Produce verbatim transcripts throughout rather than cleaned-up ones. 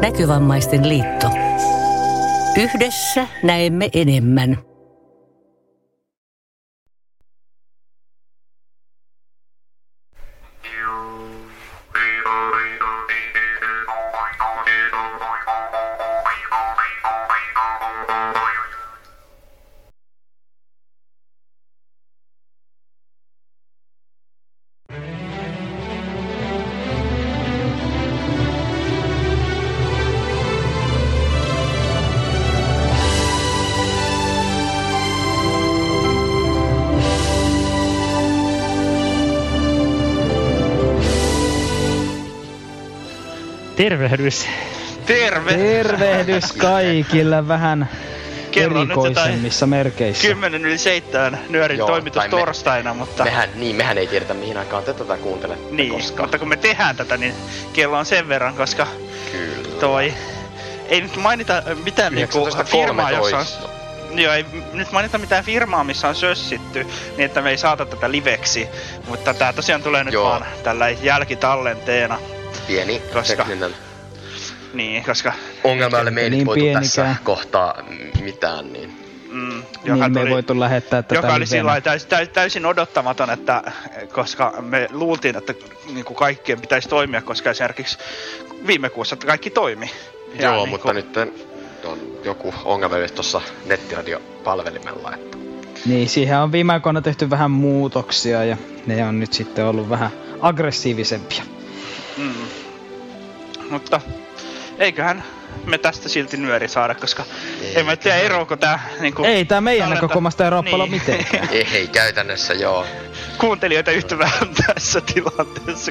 Näkövammaisten liitto. Yhdessä näemme enemmän. Tervehdys. Terve. Tervehdys kaikille vähän erikoisemmissa merkeissä. Kymmenen yli seitsemän nyörin Joo, toimitus me, torstaina, mutta... Mehän, niin, mehän ei tiedetä mihin aikaan te tätä kuuntelette Niin, koska... mutta kun me tehdään tätä, niin kello on sen verran, koska... Kyllä. Toi... Ei nyt mainita mitään niinku firmaa, jossa on... Joo, ei nyt mainita mitään firmaa, missä on sössitty, niin että me ei saata tätä liveksi. Mutta tää tosiaan tulee nyt Joo. vaan tällä jälkitallenteena. Pieni koska, tekninen niin, koska ongelma ei me ei niin nyt voitu pienikään. tässä kohtaa mitään, niin... Mm, joka niin me ei voitu lähettää tätä joka oli livenä. täys, täys, täysin odottamaton, että koska me luultiin, että niin kuin kaikkien pitäisi toimia, koska esimerkiksi viime kuussa kaikki toimi. Ja Joo, niin mutta kuin... nyt on joku ongelma tuossa nettiradiopalvelimella, että... Niin, siihen on viime aikoina tehty vähän muutoksia ja ne on nyt sitten ollut vähän aggressiivisempia. Mm. Mutta eiköhän me tästä silti nyöri saada, koska ei, en mä tiedä eroako tää niinku... Ei tää meidän talenta... näkökulmasta ero paljon niin. mitenkään. ei, ei käytännössä joo. Kuuntelijoita yhtä vähän tässä tilanteessa.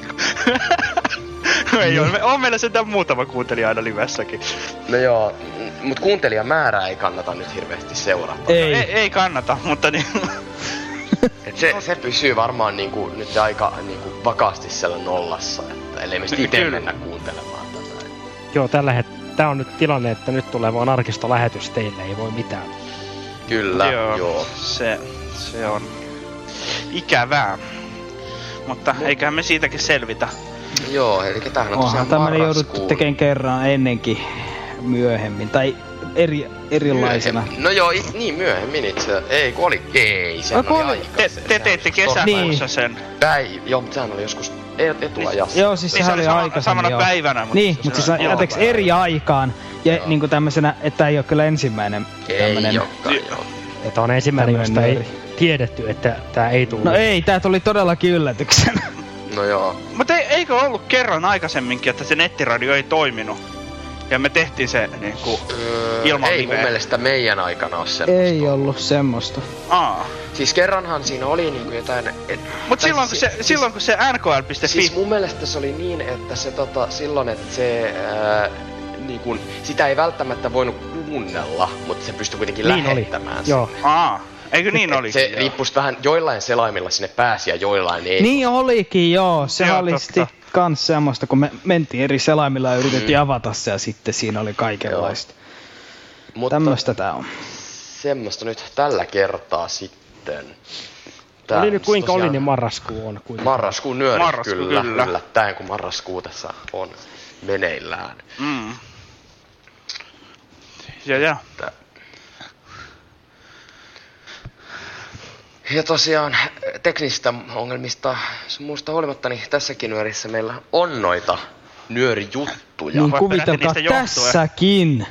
ei ole, on meillä sentään muutama kuuntelija aina livessäkin. No joo, mut kuuntelijamäärää ei kannata nyt hirveästi seurata. Ei. Ei, ei kannata, mutta niin... Et se, se pysyy varmaan niinku, nyt aika niinku, vakaasti siellä nollassa, että ellei me sitten ite mennä kuuntelemaan tätä. Joo, tällä hetkellä tää on nyt tilanne, että nyt tulee vaan arkistolähetys teille, ei voi mitään. Kyllä, joo. joo. Se, se on ikävää. Mutta Mut. eiköhän me siitäkin selvitä. Joo, eli tämähän on tosiaan tämmönen jouduttu tekemään kerran ennenkin myöhemmin, tai eri, erilaisena. Myöhemmin. No joo, it, niin myöhemmin itse. Ei, kun oli... Ei, sehän no, oli oli... aikaisemmin. Te, te teitte kesäkuussa niin. sen. Päi, joo, mutta sehän oli joskus etuajassa. Joo, siis sehän oli aikaisemmin. Samana joo. päivänä. Mutta niin, mutta siis anteeksi eri aikaan. Ja joo. niinku tämmösenä, että ei oo kyllä ensimmäinen tämmönen... Ei olekaan, joo. Että on ensimmäinen, josta ei tiedetty, että tää ei tule. No ei, tää tuli todellakin yllätyksenä. No joo. Mutta eikö ollut kerran aikaisemminkin, että se nettiradio ei toiminut? Ja me tehtiin se niinku öö, ilman Ei liveä. mun mielestä meidän aikana oo semmoista. Ei ollut semmoista. Aa. Siis kerranhan siinä oli niinku jotain... Et, Mut silloin kun, se, siis, silloin kun se N K L piste fi... Siis mun mielestä se oli niin, että se tota, silloin, että se... Ää, niinku, sitä ei välttämättä voinut kuunnella, mutta se pystyi kuitenkin niin lähettämään oli. Joo. Aa. Eikö niin olikin? Se riippus vähän, joillain selaimilla sinne pääsi ja joillain ei. Niin olikin, joo. Se joo, oli sitten kans semmoista, kun me mentiin eri selaimilla ja yritettiin mm. avata se ja sitten siinä oli kaikenlaista. Mutta tämmöstä tää on. Semmoista nyt tällä kertaa sitten. Tää oli nyt kuinka tosiaan... oli, niin marraskuu on kuitenkin. Marraskuun nyöri Marraskuu, kyllä, kyllä. yllättäen kun marraskuu tässä on meneillään. Mm. Ja ja. Tää. Ja tosiaan teknisistä ongelmista muusta huolimatta, niin tässäkin nyörissä meillä on noita nyörijuttuja. Niin kuvitelkaa tässäkin!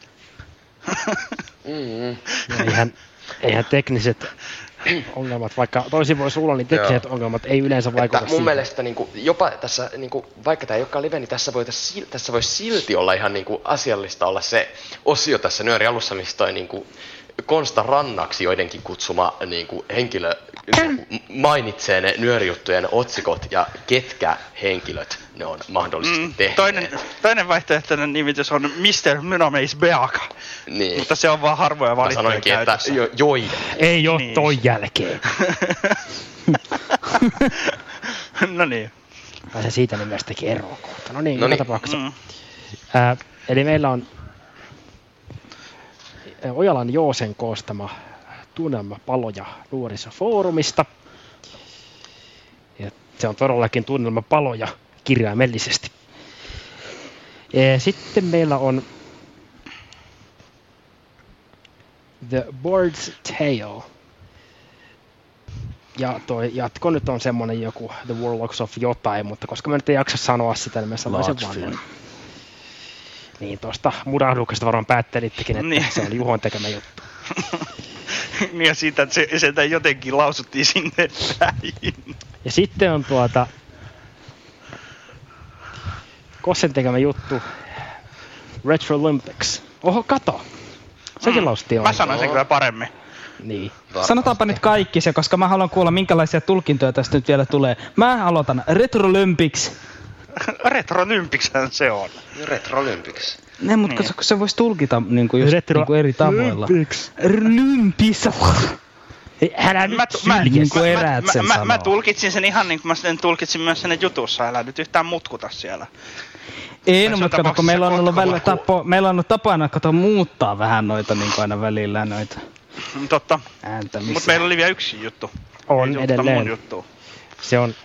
mm-hmm. eihän, eihän tekniset ongelmat, vaikka toisin voisi olla, niin tekniset Joo. ongelmat ei yleensä vaikuta että mun siihen. mielestä niinku, jopa tässä, niinku, vaikka tää ei olekaan live, niin tässä, voitais, tässä voisi silti olla ihan niinku, asiallista olla se osio tässä nyöri alussa, missä toi niinku, Konsta Rannaksi joidenkin kutsuma niinku, henkilö niinku, mainitsee ne nyörijuttujen otsikot ja ketkä henkilöt ne on mahdollisesti mm, tehneet. Toinen, toinen vaihtoehtoinen nimitys on mister Mynomeis Beaka, niin. mutta se on vaan harvoja valittuja käytössä. Että jo, joiden. Ei oo niin. Toi jälkeen. No niin. Se siitä nimestäkin eroa kohta. No niin, no joka niin. tapauksessa. Mm. Ää, eli meillä on Ojalan Joosen koostama tunnelmapaloja nuorisofoorumista. Ja se on todellakin tunnelmapaloja kirjaimellisesti. Sitten meillä on The Board's Tale. Ja toi jatko nyt on semmonen joku The Warlocks of jotain, mutta koska mä nyt en jaksa sanoa sitä, niin mä sanoin sen vaan. Niin tosta murahduksesta varmaan päättelittekin, että niin. Se oli Juhon tekemä juttu. Niin ja siitä, että se, se jotenkin lausuttiin sinne päin. Ja sitten on tuota Kossen tekemä juttu Retro Olympics. Oho, kato! Sekin mm. lausuttiin Mä sanoin sen kyllä paremmin. Niin. Varmasti. Sanotaanpa nyt kaikki se, koska mä haluan kuulla minkälaisia tulkintoja tästä nyt vielä tulee. Mä aloitan Retro Olympics. Retro Olympicshän se on. Retro Olympics. Ne, mutta niin. Se voisi tulkita niinku just niinku eri tavoilla. Olympics. Olympics. Älä nyt mä, niinku eräät sen mä, sanoo. mä, mä tulkitsin sen ihan niin kuin mä sen tulkitsin myös sen jutussa. Älä nyt yhtään mutkuta siellä. Ei, no, mutta kato, kun meillä on ollut välillä tapo, meillä on ollut tapana kato muuttaa vähän noita niin aina välillä noita. Totta. Ääntä, mut meillä oli vielä yksi juttu. On ei edelleen. Mun juttu. Se on...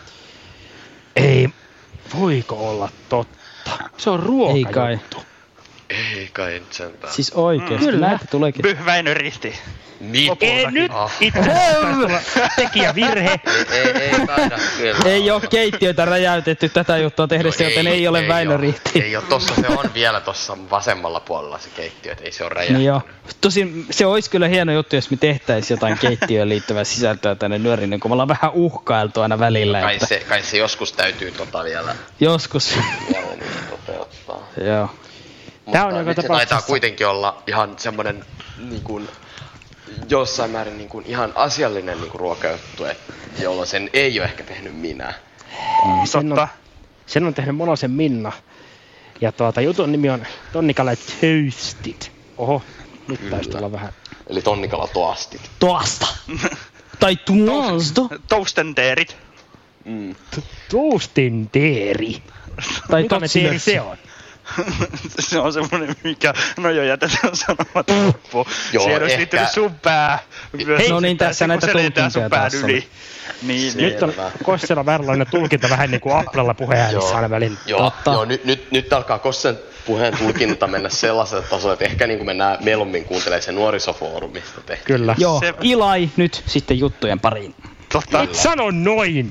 Ei... Voiko olla totta? Se on ruokajuttu. Ei kai. Ei kai sentään. Siis oikeesti, mm, näitä tuleekin. Väinö Rihti. Mitä? Ei nyt ah. itse asiassa tekijävirhe. Ei, ei, ei taida kyllä. Ei oo keittiöitä räjäytetty tätä juttua tehdessä, no joten ei, ei ole ei Väinö Rihti. Ei oo, tossa se on vielä tossa vasemmalla puolella se keittiö, et ei se oo räjäytetty. Niin joo. Tosin se olisi kyllä hieno juttu, jos me tehtäis jotain keittiöön liittyvää sisältöä tänne nyörin, kun me ollaan vähän uhkailtu aina välillä. Kai, että... se, kai se joskus täytyy tota vielä. Joskus. Vielä niin toteuttaa. Joo. Mutta on nyt se taitaa kuitenkin olla ihan semmonen niin kuin jossain määrin niin kuin ihan asiallinen niin kuin ruokajuttu, jolloin sen ei ole ehkä tehnyt minä. Mm, sen, on, sen on tehnyt Monosen Minna. Ja tuota, jutun nimi on Tonnikala Toasted. Oho, nyt Kyllä. taisi tulla vähän. Eli Tonnikala Toasted. Toasta! tai tuosto! Toastenteerit. Mm. Toastenteeri. Tai totsileri se on. Se on semmonen, mikä... No joo, jätetään sanomatta loppuun. Siihen olisi liittynyt sun pää. Hei, no niin, tässä näitä tulkintoja taas on. Niin, nyt on Kossella vääränlainen tulkinta vähän niin kuin Applella puheäänissä aina välillä. Joo, joo nyt, nyt, nyt alkaa Kossen puheen tulkinta mennä sellaiselle tasolle, että ehkä niin kuin mennään mieluummin kuuntelemaan se nuorisofoorumista tehty. Kyllä. Joo, se... Ilai nyt sitten juttujen pariin. Totta. Et sano noin!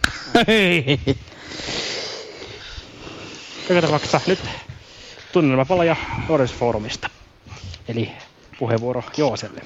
Joka tapauksessa nyt tunnelmapaloja nuorisofoorumista. Eli puheenvuoro Jooselle.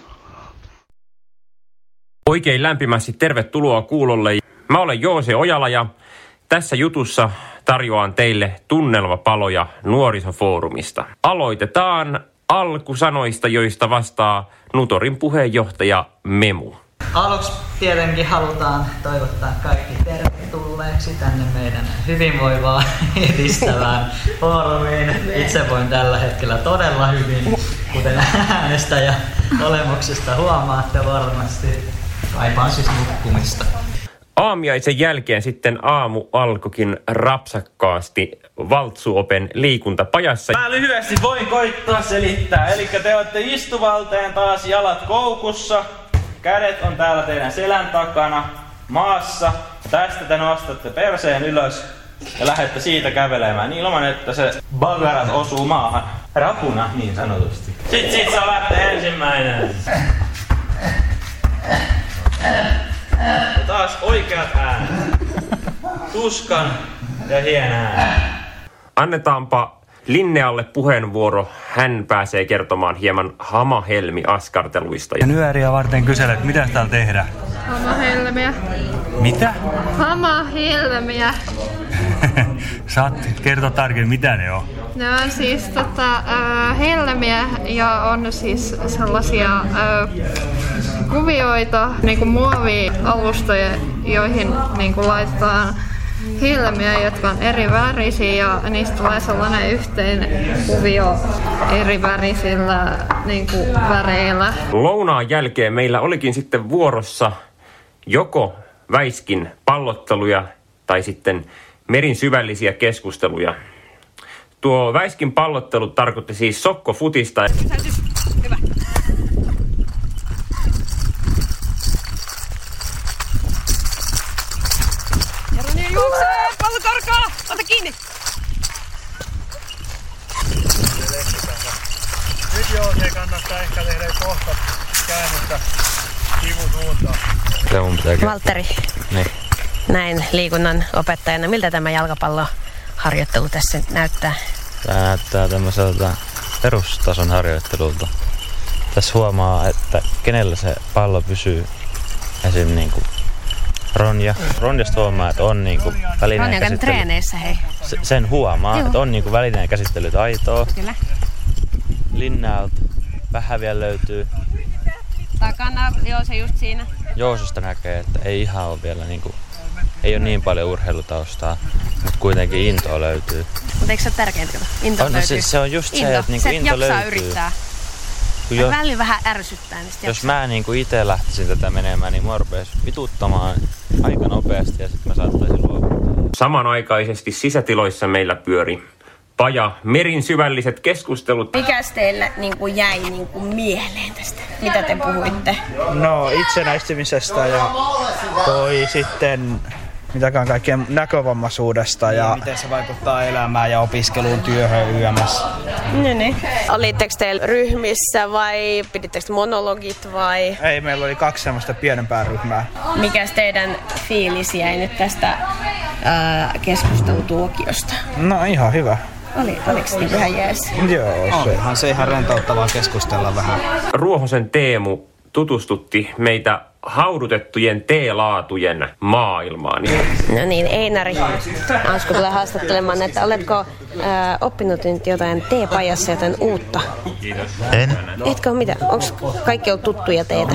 Oikein lämpimästi tervetuloa kuulolle. Mä olen Joose Ojala ja tässä jutussa tarjoan teille tunnelmapaloja nuorisofoorumista. Aloitetaan alkusanoista, joista vastaa Nutorin puheenjohtaja Memu. Aluksi tietenkin halutaan toivottaa kaikki tervetulleeksi tänne meidän hyvinvoivaa edistävään foorumiin. Itse voin tällä hetkellä todella hyvin, kuten äänestäjä olemuksesta huomaatte varmasti. Kaipaan siis nukkumista. Aamiaisen jälkeen sitten aamu alkoikin rapsakkaasti Valtsuopen liikuntapajassa. Mä lyhyesti voin koittaa selittää. Eli te olette istuvalteen taas jalat koukussa. Kädet on täällä teidän selän takana maassa. Tästä te nostatte perseen ylös ja lähdette siitä kävelemään ilman, että se bagarat osuu maahan. Rapuna niin sanotusti. Sit sit saa lähteä ensimmäinen. Ja taas oikeat äänet. Tuskan ja hien äänet. Annetaanpa Linnealle puheenvuoro. Hän pääsee kertomaan hieman hamahelmi-askarteluista. Ja nyöriä varten kyselet, mitä täällä tehdään? Hamahelmiä. Mitä? Hamahelmiä. Saat kertoa tarkemmin, mitä ne on? Ne on siis tota, äh, helmiä ja on siis sellaisia äh, kuvioita, niinku muovialustoja, joihin niinku laitetaan helmiä, jotka on eri värisiä ja niistä tulee sellainen yhteinen kuvio eri värisillä niinku väreillä. Lounaan jälkeen meillä olikin sitten vuorossa joko Väiskin pallotteluja tai sitten Merin syvällisiä keskusteluja. Tuo Väiskin pallottelu tarkoitti siis sokkofutista. Hyvä. Jaroni juoksee! Pallo karkaa! Ota kiinni! kannattaa ehkä tehdä kohta käännystä sivusuuntaan. Mitä mun pitää käydä? Valtteri, niin. Näin liikunnan opettajana. Miltä tämä jalkapalloharjoittelu tässä näyttää? Tämä näyttää tämmöiseltä perustason harjoittelulta. Tässä huomaa, että kenellä se pallo pysyy. Esim. Niinku Ronja. Ronjasta huomaa, että on niinku välineen Ronja on treeneissä, hei. Se, sen huomaa, Juhu. Että on niinku välineen käsittelytaitoa. Kyllä. Linnaalta vähän vielä löytyy. Takana, joo se just siinä. Joosusta näkee, että ei ihan ole vielä niinku, ei ole niin paljon urheilutaustaa, mutta kuitenkin intoa löytyy. Mutta eikö se ole tärkeintä, kun into on, löytyy? No, se, se on just into. se, että niinku se, into jaksaa löytyy. Yrittää. Jos, välillä vähän ärsyttää, niin sit jos jaksaa. mä niinku ite lähtisin tätä menemään, niin mua rupesi vituttamaan aika nopeasti ja sitten mä saattaisin luovuttaa. Samanaikaisesti sisätiloissa meillä pyöri paja Merin syvälliset keskustelut. Mikäs teillä niin kuin jäi niin kuin mieleen tästä? Mitä te puhuitte? No itsenäistymisestä ja toi sitten mitäkään kaikkien näkövammaisuudesta. Ja miten se vaikuttaa elämään ja opiskeluun, työhön, yömässä. No niin. Olitteko teillä ryhmissä vai pidittekö monologit vai? Ei, meillä oli kaksi semmoista pienempää ryhmää. Mikäs teidän fiilis jäi nyt tästä ää, keskustelutuokiosta? No ihan hyvä. Oli, oliko niin ihan jees? Joo, se. Onhan se ihan rentouttavaa keskustella vähän. Ruohosen Teemu tutustutti meitä haudutettujen teelaatujen maailmaan. No niin, Einari, Ansku tulee haastattelemaan, että oletko ää, oppinut nyt jotain teepajassa, jotain uutta? Kiitos. En. Etkö ole mitä? Onko kaikki ollut tuttuja teitä?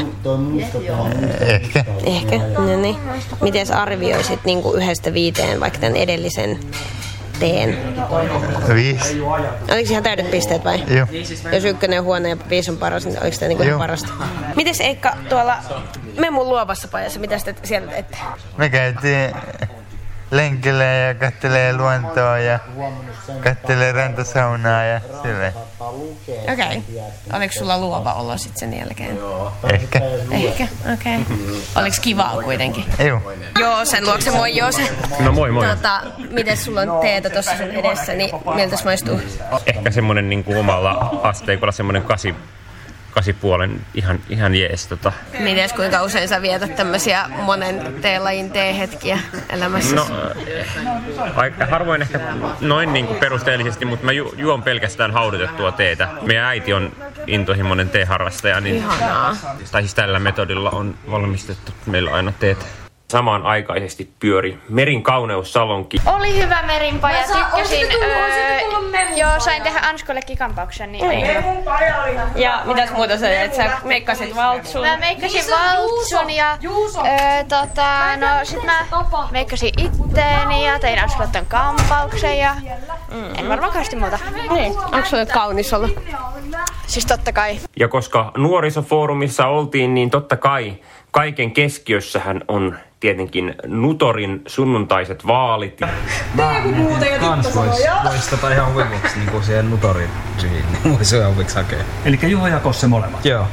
Ehkä. Ehkä, no niin. Miten arvioisit niin kuin yhdestä viiteen vaikka tämän edellisen teen? Viisi. Oliko ihan täydet pisteet vai? Joo. Jos ykkönen on huono ja viisi on paras, niin oliko tämä niin kuin parasta? Mites Eikka tuolla Me mun luovassa pajassa, mitä te siellä teette? Me käytiin lenkillä ja kattelee luontoa ja kattelee rantasaunaa ja silleen. Okei. Okay. Oliko sulla luova olo sitten sen jälkeen? Ehkä. Ehkä, okei. Okay. Oliko kivaa kuitenkin? Joo. Joo, sen luokse moi Joose. No moi moi. Tota, miten sulla on teetä tuossa sun edessä, niin miltä se maistuu? Ehkä semmonen niinku omalla asteikolla semmonen kasi, kasipuolen ihan, ihan jees tota. Mites kuinka usein sä vietät tämmösiä monen teelajin teehetkiä elämässä? No, aika harvoin ehkä noin niinku perusteellisesti, mutta mä ju, juon pelkästään haudutettua teetä. Meidän äiti on intohimoinen teeharrastaja, niin, ihanaa. Tai siis tällä metodilla on valmistettu meillä aina teetä. Samanaikaisesti pyöri Merin kauneussalonki. Oli hyvä merinpaja, tykkäsin. Öö, joo, sain tehdä Anskollekin kampauksen. Niin ei. Ja mitäs muuta sä teet? Sä meikkasit valtsun? Mä meikkasin valtsun ja öö, tota, no sit mä meikkasin itteeni ja tein Anskolle ton kampauksen ja mm. en varmaan kauheasti muuta. Niin, onko sulle kaunis olla? Siis totta kai. Ja koska nuorisofoorumissa oltiin, niin totta kai kaiken keskiössähän on tietenkin Nutorin sunnuntaiset vaalit. Mä kans vois, vois tota ihan huivuksi niinku siihen Nutorin syviin, niin vois ihan huivuksi hakea. Elikkä Juho ja Kosse molemmat? Joo.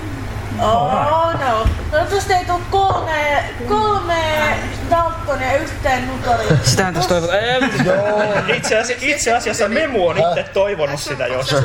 Oh no. No tosta ei tuu kolme, kolme Daltonia yhteen Nutoriin. Sitähän tässä toivotaan. Joo, itse, asia, itse asiassa Memu on itse toivonut sitä joskus.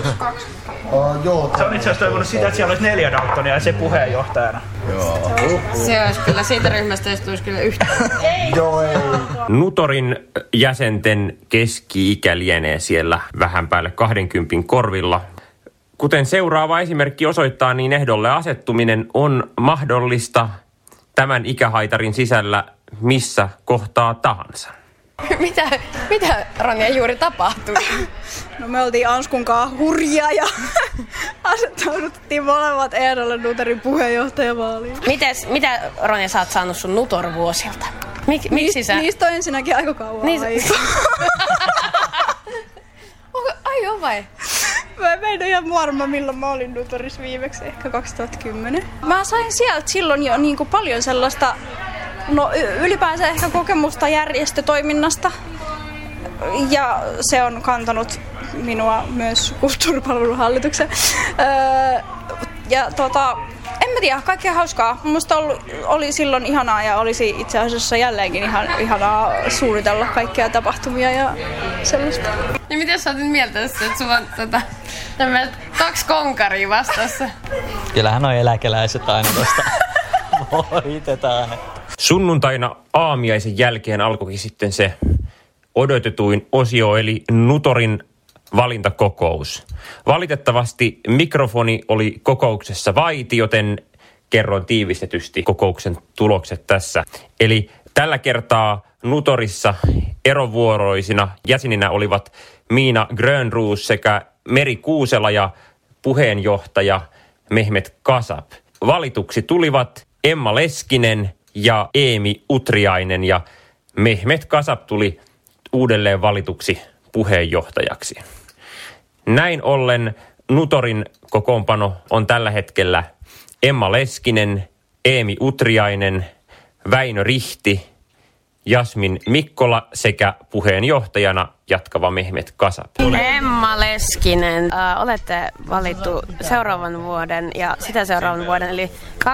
Se on itse asiassa toivonut sitä, että siellä olisi neljä Daltonia ja se puheenjohtajana. Joo. Se olisi kyllä siitä ryhmästä, jos tulisi kyllä yhtään. Joo, ei. Nutorin jäsenten keski-ikä lienee siellä vähän päälle kahdenkympin korvilla. Kuten seuraava esimerkki osoittaa, niin ehdolle asettuminen on mahdollista tämän ikähaitarin sisällä missä kohtaa tahansa. mitä, mitä Ronja juuri tapahtui? No me oltiin Anskunkaan hurjia ja asettauduttiin molemmat ehdolle Nutorin puheenjohtajavaaliin. Mites, mitä Ronja sä oot saanut sun Nutor-vuosilta? Mik, miksi sä? Niistä on ensinnäkin aika kauan Niis... aikaa. Ai joo vai? Mä en ole ihan varma milloin mä olin Nutorissa viimeksi, ehkä kaksituhattakymmenen. Mä sain sieltä silloin jo niin kuin paljon sellaista, no ylipäänsä ehkä kokemusta järjestötoiminnasta. Ja se on kantanut minua myös kulttuuripalveluhallituksen. Öö, ja tota, en mä tiedä, kaikkea hauskaa. Musta oli, oli silloin ihanaa ja olisi itse asiassa jälleenkin ihan, ihanaa suunnitella kaikkia tapahtumia ja sellaista. Ja mitä sä oot nyt mieltä tästä, että sulla on tota, tämmöiset Kaksi konkaria vastassa. Kyllähän on eläkeläiset aina tosta voitetaan. Sunnuntaina aamiaisen jälkeen alkoikin sitten se odotetuin osio, eli Nutorin valintakokous. Valitettavasti mikrofoni oli kokouksessa vaiti, joten kerron tiivistetysti kokouksen tulokset tässä. Eli tällä kertaa Nutorissa erovuoroisina jäseninä olivat Miina Grönroos sekä Meri Kuusela ja puheenjohtaja Mehmet Kasab. Valituksi tulivat Emma Leskinen ja Eemi Utriainen ja Mehmet Kasab tuli uudelleen valituksi puheenjohtajaksi. Näin ollen Nutorin kokoonpano on tällä hetkellä Emma Leskinen, Eemi Utriainen, Väinö Rihti, Jasmin Mikkola sekä puheenjohtajana jatkava Mehmet Kasab. Emma Leskinen, äh, olette valittu seuraavan vuoden ja sitä seuraavan vuoden, eli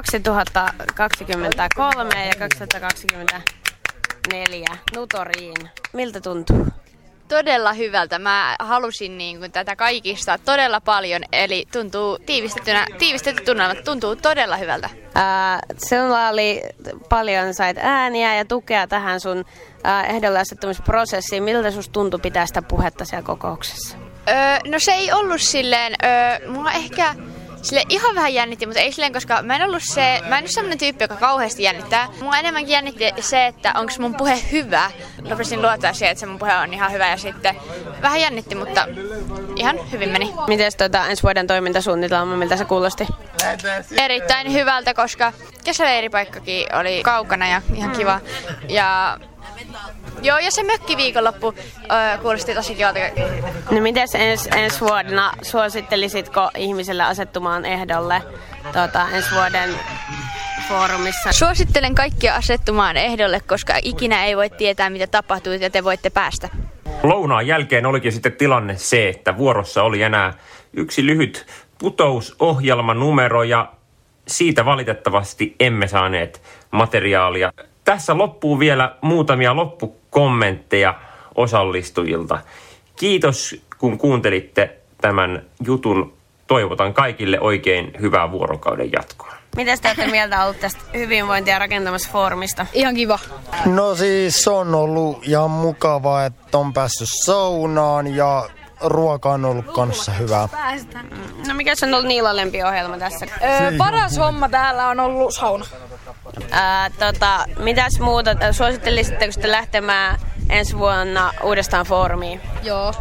kaksituhattakaksikymmentäkolme ja kaksituhattakaksikymmentäneljä Nutoriin. Miltä tuntuu? Todella hyvältä. Mä halusin niin kuin tätä kaikista todella paljon, eli tuntuu tiivistettynä, tiivistetty tunnelma, tuntuu todella hyvältä. Ää, sinulla oli paljon, sait ääniä ja tukea tähän sun ää, ehdolle asettumisprosessiin. Miltä susta tuntui pitää sitä puhetta siellä kokouksessa? Öö, no se ei ollut silleen, öö, mulla ehkä sille ihan vähän jännitti, mutta ei silleen, koska mä en ollut se, mä en ole sellainen tyyppi, joka kauheasti jännittää. Mua enemmänkin jännitti se, että onko mun puhe hyvä. Lopetin luottaa siihen, että se mun puhe on ihan hyvä ja sitten vähän jännitti, mutta ihan hyvin meni. Mites tota ensi vuoden toimintasuunnitelma, miltä se kuulosti? Erittäin hyvältä, koska kesäleiripaikkakin oli kaukana ja ihan kiva. Ja joo, ja se mökkiviikonloppu öö, kuulosti tosi kivalta. No mites ens, ensi vuonna suosittelisitko ihmisille asettumaan ehdolle tota, ensi vuoden foorumissa? Suosittelen kaikkia asettumaan ehdolle, koska ikinä ei voi tietää, mitä tapahtuu, ja te voitte päästä. Lounaan jälkeen olikin sitten tilanne se, että vuorossa oli enää yksi lyhyt putousohjelmanumero, ja siitä valitettavasti emme saaneet materiaalia. Tässä loppuu vielä muutamia loppukommentteja osallistujilta. Kiitos, kun kuuntelitte tämän jutun. Toivotan kaikille oikein hyvää vuorokauden jatkoa. Mitäs te olette mieltä ollut tästä hyvinvointia rakentamassa foorumista? Ihan kiva. No siis on ollut ihan mukavaa, että on päässyt saunaan ja ruoka on ollut kanssa hyvää. No mikä on ollut Niilan lempiohjelma tässä? Öö, paras homma täällä on ollut sauna. Ää, tota, mitäs muuta? Suosittelisitteko te lähtemään ensi vuonna uudestaan foorumiin? Joo.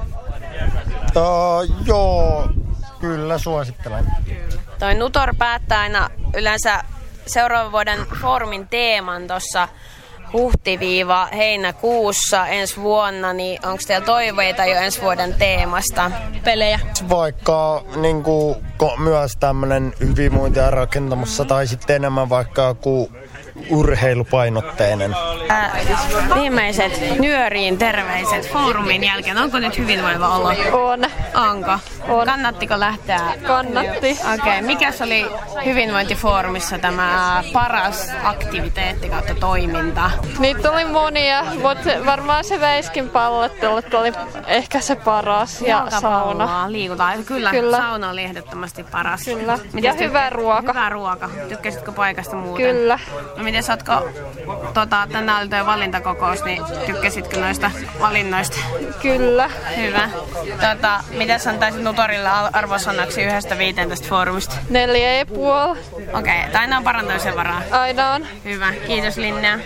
Uh, joo, kyllä suosittelen. Toi Nutor päättää aina yleensä seuraavan vuoden foorumin teeman tuossa huhti-heinäkuussa ensi vuonna, niin onko teillä toiveita jo ensi vuoden teemasta? Pelejä. Vaikka niin kuin, myös tämmöinen hyvinvointia rakentamassa tai sitten enemmän vaikka joku urheilupainotteinen. Ää, viimeiset nyöriin terveiset foorumin jälkeen. Onko nyt hyvinvoiva olo? On. Onko? On. Kannattiko lähteä? Kannatti. Okei. Okay. Mikäs oli hyvinvointifoorumissa tämä paras aktiviteetti kautta toiminta? Niitä oli monia, mutta varmaan se Väiskin pallottelu oli ehkä se paras ja sauna. Liikutaan. Kyllä, Kyllä, sauna oli ehdottomasti paras. Kyllä. Ja hyvä ruoka. Hyvä ruoka. Tykkäsitkö paikasta muuten? Kyllä. No miten ootko, tota, tänään oli tuo valintakokous, niin tykkäsitkö noista valinnoista? Kyllä. Hyvä. Tota, miten antaisit Nutorille arvosanaksi yhdestä viiteen tästä foorumista? Neljä ja puoli. Okei, okay, aina on parantamisen varaa. Aina on. Hyvä, kiitos Linnea.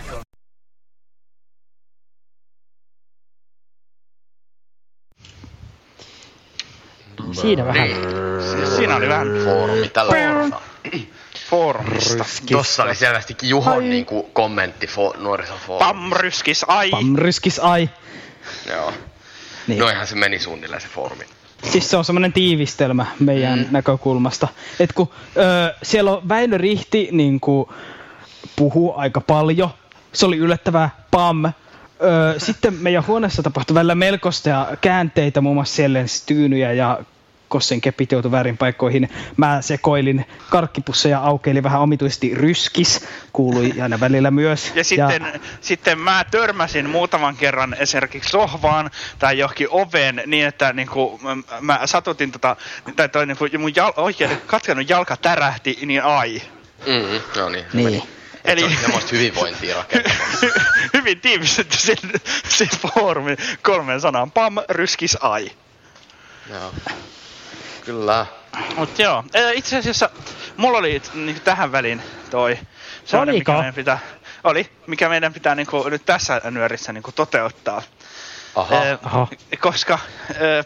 Siinä vähän. Siinä oli vähän foorumi tällä kertaa. Foorumista. Tossa oli selvästikin Juhon niinku kommentti fo- nuorisofoorumista. Pamryskis ai. Pamryskis ai. Joo. Niin. Noihan se meni suunnilleen se foorumi. Siis se on semmoinen tiivistelmä meidän mm. näkökulmasta. Et kun ö, siellä on Väinö Rihti niin kuin puhuu aika paljon. Se oli yllättävää. Pam. Ö, sitten meidän huoneessa tapahtui välillä melkoista ja käänteitä, muun muassa siellä tyynyjä ja Kossen kepit joutui väärin paikkoihin. Mä sekoilin karkkipusseja, aukeili vähän omituisesti ryskis, kuului aina välillä myös. Ja sitten, ja sitten mä törmäsin muutaman kerran esimerkiksi sohvaan tai johonkin oveen niin, että niinku, mä satutin tota, tai toi niinku, mun jal, oikein katkennut jalka tärähti, niin ai. Mm, no niin. Niin. Eli se on semmoista hyvinvointia rakentamassa. Hyvin tiivistetty sen, sen foorumin kolmeen sanaan. Pam, ryskis, ai. Joo. Kyllä. Mut joo, itse asiassa mulla oli niin tähän väliin toi sellainen, mikä meidän pitää, oli, mikä meidän pitää niin kuin, nyt tässä nyörissä niin kuin toteuttaa. Aha. Eh, Aha. Koska eh,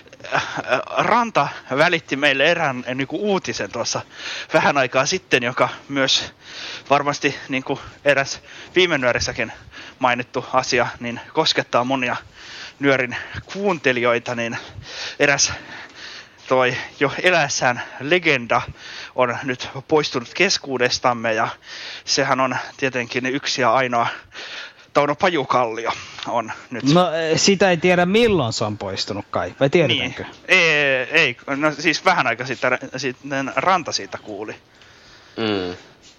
Ranta välitti meille erään niin kuin uutisen tuossa vähän aikaa sitten, joka myös varmasti niin kuin eräs viime nyörissäkin mainittu asia, niin koskettaa monia nyörin kuuntelijoita, niin eräs toi jo eläessään legenda on nyt poistunut keskuudestamme, ja sehän on tietenkin yksi ja ainoa Tauno Pajukallio on nyt. No sitä ei tiedä milloin se on poistunut kai, vai tiedetäänkö? Niin. Ei, ei, no siis vähän aika sitten, sitten Ranta siitä kuuli. Mm.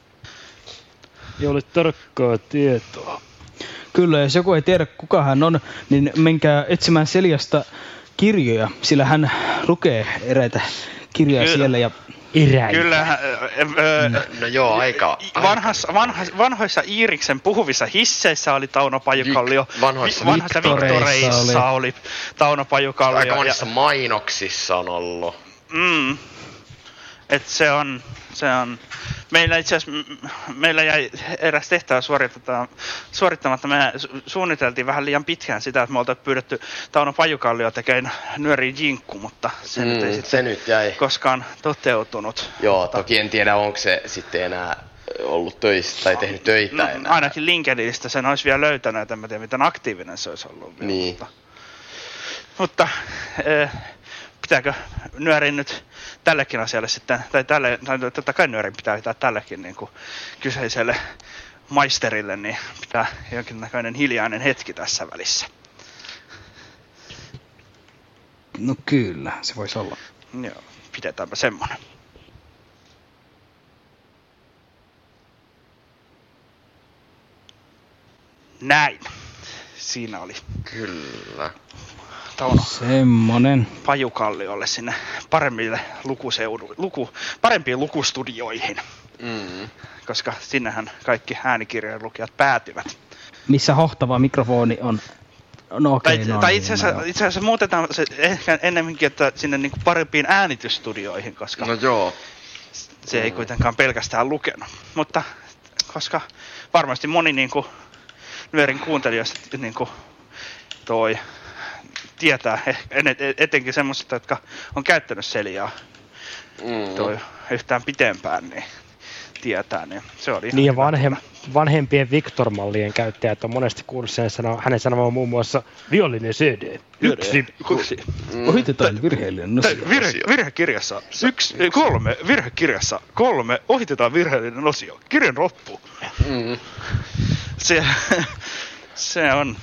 Ei ole tarkkaa tietoa. Kyllä, jos joku ei tiedä kuka hän on, niin menkää etsimään Seljasta kirjoja, sillä hän lukee eräitä kirjoja Kyllä. siellä ja eräitä. Kyllä, äh, äh, no, no joo, aika. Vanhas, vanhas, vanhoissa Iiriksen puhuvissa hisseissä oli Tauno Pajukallio. Vi, vanhoissa, vanhoissa Viktoreissa oli. oli Tauno Pajukallio. Aika monissa ja mainoksissa on ollut. Mm. Et se on, se on. Meillä itse asiassa, meillä jäi eräs tehtävä suorittamatta. Me suunniteltiin vähän liian pitkään sitä, että me oltaisiin pyydetty Tauno Pajukallio tekemään nyöriin jinkku, mutta se mm, nyt ei sitten se nyt jäi. koskaan toteutunut. Joo, mutta toki en tiedä, onko se sitten enää ollut töissä tai tehnyt töitä no, enää. Ainakin LinkedInistä sen olisi vielä löytänyt, en mä tiedä miten aktiivinen se olisi ollut. Vielä, niin. Mutta, mutta eh, pitääkö nyörin nyt tällekin asialle sitten, tai tälle, tai totta kai nyörin pitää pitää tällekin niin kuin kyseiselle maisterille, niin pitää jonkinnäköinen hiljainen hetki tässä välissä. No kyllä, se voisi olla. Joo, pidetäänpä semmonen. Näin. Siinä oli. Kyllä. Tauno Semmonen. Pajukalliolle sinne paremmille lukuseudu, luku, parempiin lukustudioihin. Mm. Koska sinnehän kaikki äänikirjojen lukijat päätyvät. Missä hohtava mikrofoni on. No okei, tai, no tai niin, itse asiassa, no. itse asiassa muutetaan se ehkä ennemminkin, että sinne niinku parempiin äänitysstudioihin, koska no joo. se ei kuitenkaan pelkästään lukenut. Mutta koska varmasti moni niinku nyörin kuuntelijoista niinku toi tietää, etenkin semmoisista, jotka on käyttänyt Seliaa mm. toi yhtään pitempään, niin tietää, niin se oli ihan niin ja vanhem, vanhempien Victor-mallien käyttäjät on monesti kuullut sen sano, hänen sanomaan muun muassa vihollinen C D. Yksi. Yksi. Mm. Ohitetaan virheellinen osio. Virhe, virhekirjassa yksi, kolme, virhekirjassa kolme, ohitetaan virheellinen osio. Kirjan loppu. Mm. Se, se on.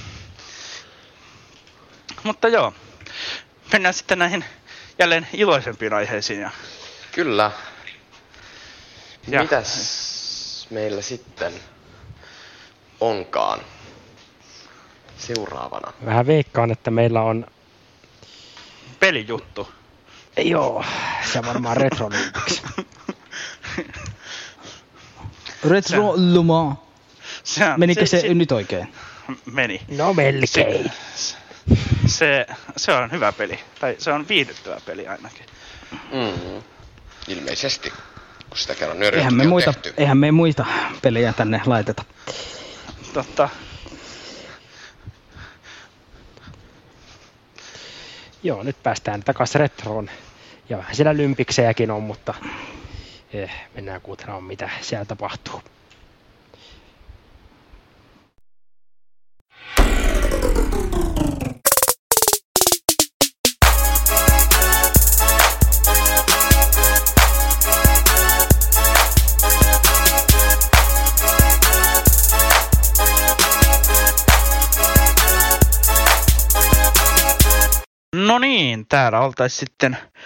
Mutta joo, mennään sitten näihin jälleen iloisempiin aiheisiin. Ja kyllä. Ja mitäs meillä sitten onkaan seuraavana? Vähän veikkaan, että meillä on pelijuttu. Joo, se on varmaan retrolympics. Retroluma. Menikö se, se nyt oikein? Meni. No melkein. Se, se, se on hyvä peli. Tai se on viihdyttävä peli ainakin. Mm. Ilmeisesti. Kun sitä kerran nyöriä eihän, me muita, eihän me muita pelejä tänne laiteta. Totta. Joo, nyt päästään takaisin retroon. Ja vähän siellä lympiksejäkin on, mutta eh, mennään kuuntelemaan mitä siellä tapahtuu. No niin, täällä oltaisiin sitten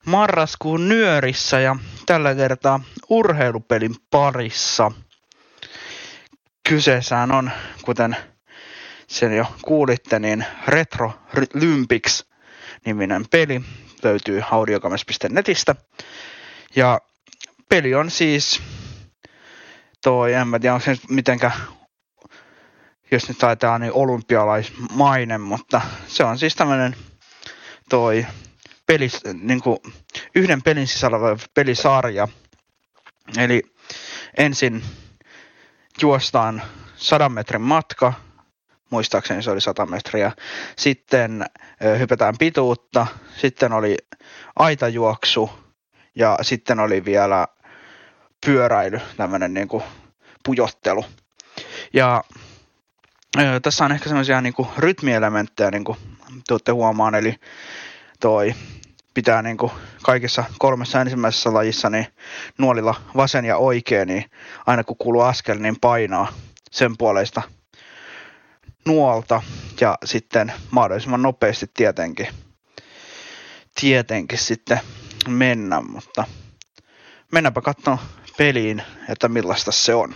marraskuun nyörissä ja tällä kertaa urheilupelin parissa. Kyseessään on, kuten sen jo kuulitte, niin Retro Lympics-niminen peli. Löytyy audiogames piste netistä. Ja peli on siis toi, en mä tiedä, onko se mitenkä, jos nyt taitaa niin olympialaismainen, mutta se on siis tämmönen toi pelis, niin kuin yhden pelin sisällä oleva pelisarja. Eli ensin juostaan sadan metrin matka, muistaakseni se oli sata metriä, sitten ö, hypätään pituutta, sitten oli aitajuoksu ja sitten oli vielä pyöräily, tämmöinen niin kuin pujottelu. Ja ö, tässä on ehkä semmoisia niin kuin rytmielementtejä, niin kuin tuutte huomaan, eli toi pitää niin kuin kaikissa kolmessa ensimmäisessä lajissa niin nuolilla vasen ja oikea, niin aina kun kuuluu askel, niin painaa sen puoleista nuolta ja sitten mahdollisimman nopeasti tietenkin, tietenkin sitten mennä, mutta mennäänpä katsomaan peliin, että millaista se on.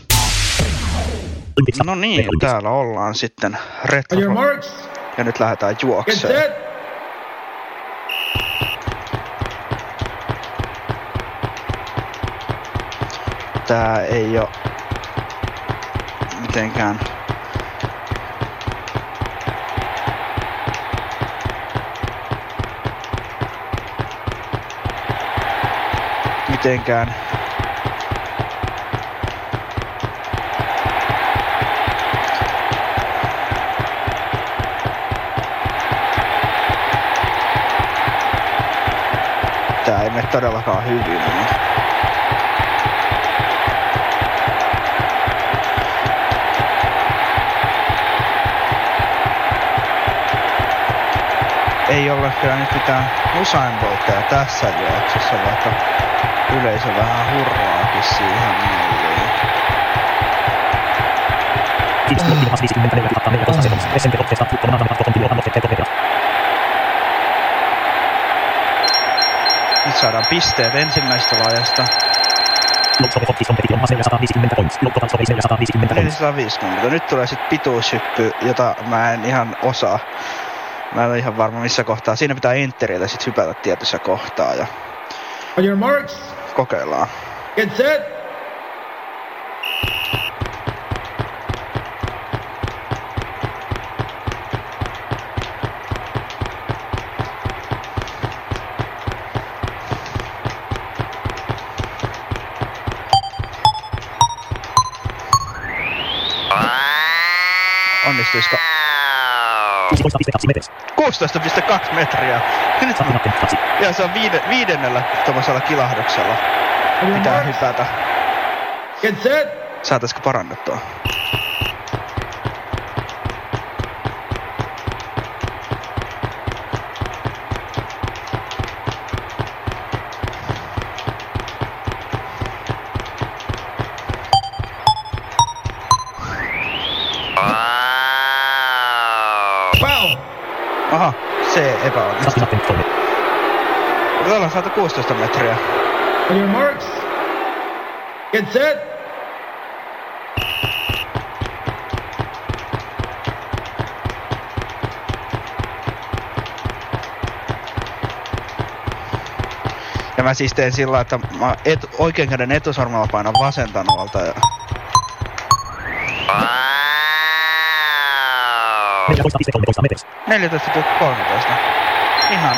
No niin, täällä ollaan sitten retro ja nyt lähdetään juokseen. Tää ei oo mitenkään mitenkään tää ei mene todellakaan hyvin. Ei ole kyllä nyt mitään Usain Boltteja tässä juoksussa, vaikka yleisö vähän hurraakin siihen malliin. Nyt saadaan pisteet ensimmäisestä laajasta. neljäsataaviisikymmentä. Nyt tulee sitten pituushyppy, jota mä en ihan osaa. Mä en ole ihan varma missä kohtaa. Siinä pitää enterillä sit hypätä tietyssä kohtaa ja on your marks. Kokeillaan. Get set. Onnistuisiko? kuusitoista pilkku kaksi metriä. Ja se on viide, viidennellä tuollaisella kilahduksella. Pitää hypätä. Saataisiko parannettua? Aha, se epäonnistui. Täällä on saatu kuusitoista metriä. On your marks. Get set. Ja mä siis teen sillä, että mä et, oikean käden etusormella painan vasenta nuolta ja neljätoista pilkku kolmetoista. Ihan.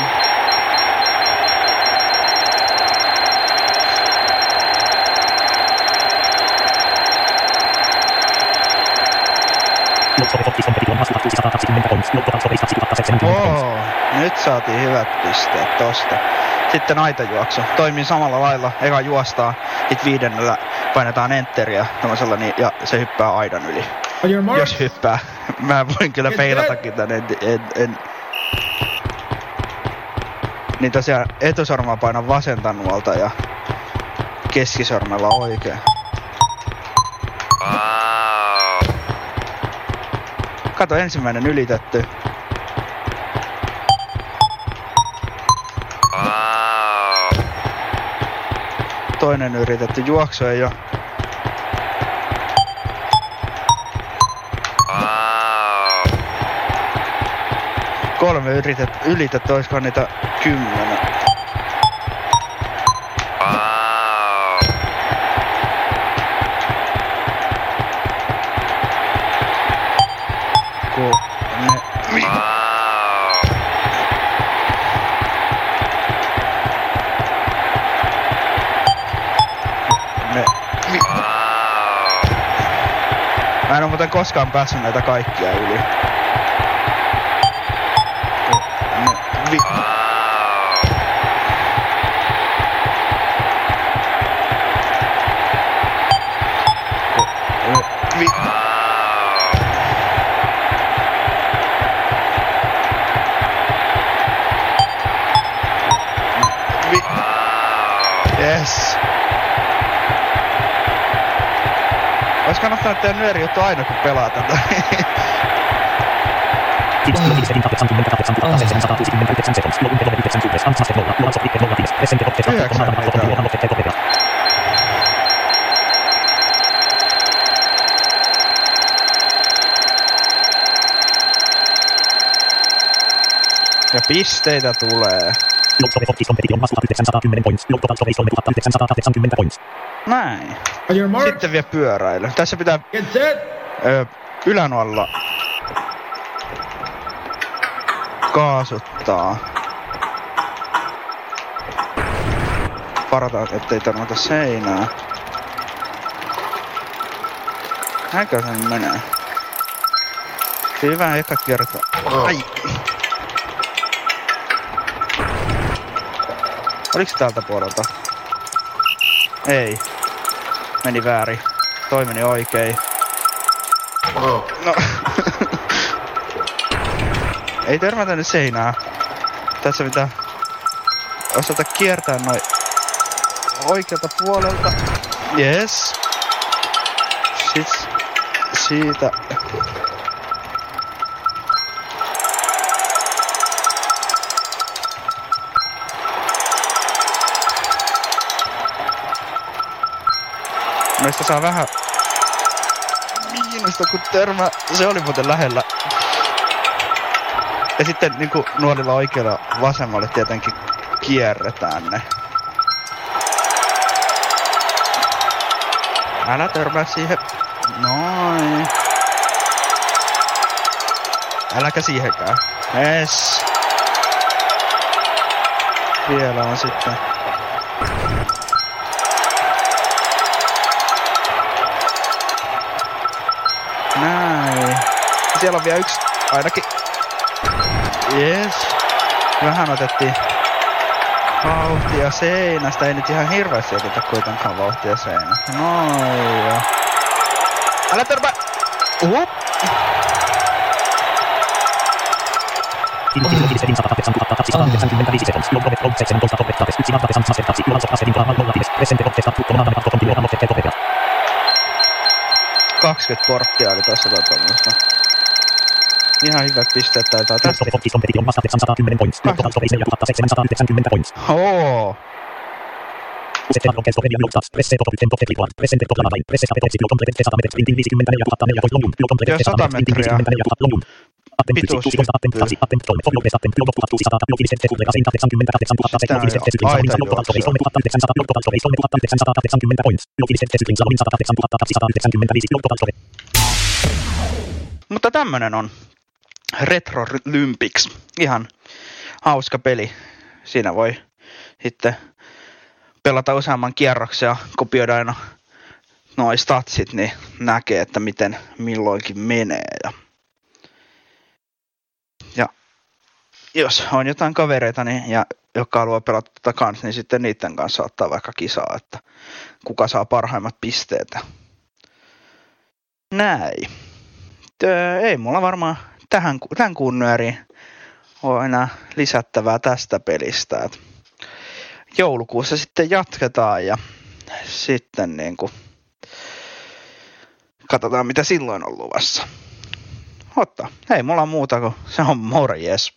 Oo, nyt saatiin hyvät pisteet tosta. Sitten aitajuoksu. Toimii samalla lailla. Eka juostaa, sit viidennellä painetaan enteriä tommosella niin, ja se hyppää aidan yli. Jos hyppää. Mä voin kyllä peilatakin tän, en, en, en. Niin tosiaan etusormella painan vasenta nuolta ja keskisormella oikein. Kato, ensimmäinen ylitetty. Toinen yritetty juoksu ei oo. Kolme yritet, ylitetty, oisko niitä kymmenen? Kolme, vi- Me, vi- Mä en oo muuten koskaan päässyt näitä kaikkia yli. Vi- Vi- Vi- Yes. Ois kannattanut tehdä nyörijuttu aina kun pelaa tätä. Ja pisteitä tulee. Näin. Sitten vielä pyöräily. Tässä pitää ö, ylänuolella kaasuttaa. Varataan, ettei törmätä seinää. Näinkö sen menee? Hyvä eka kerta. Ai! Oliks täältä puolelta? Ei. Meni väärin. Toi meni oikein. No. Ei törmätä nyt seinää. Tässä pitää osata kiertää noin oikealta puolelta. Yes. Sitten siitä. Meistä saa vähän miinusta kun törmä. Se oli muuten lähellä. Ja sitten niinku nuolilla oikealla vasemmalle tietenkin kierretään ne. Älä törmää siihen. Noin. Äläkä siihenkään. Yes. Vielä on sitten. Näin. Siellä on vielä yksi ainakin. Yes. Vähän otettiin vauhtia seinästä. Ei nyt ihan hirveästi oteta kuitenkaan vauhtia seinästä. Noin. Ja... Älä törmää! Uhup! kaksikymmentä porttia oli tossa tuollaista. Ihan hyvät pisteet taitaa tästä. Oo. Joo, sata metriä. Pituus. Mutta tämmönen on Retro Olympics. Ihan hauska peli. Siinä voi sitten pelata useamman kierroksen ja kopioida aina noi statsit, niin näkee, että miten milloinkin menee. Ja, ja jos on jotain kavereita, niin, ja jotka haluaa pelata tätä kanssa, niin sitten niiden kanssa ottaa vaikka kisaa, että kuka saa parhaimmat pisteet. Näin. Tö, ei mulla varmaan tähän, tämän kuun nyöriin ole enää lisättävää tästä pelistä. Et joulukuussa sitten jatketaan ja sitten niin kuin katsotaan mitä silloin on luvassa. Otta, ei mulla muuta kuin se on morjes.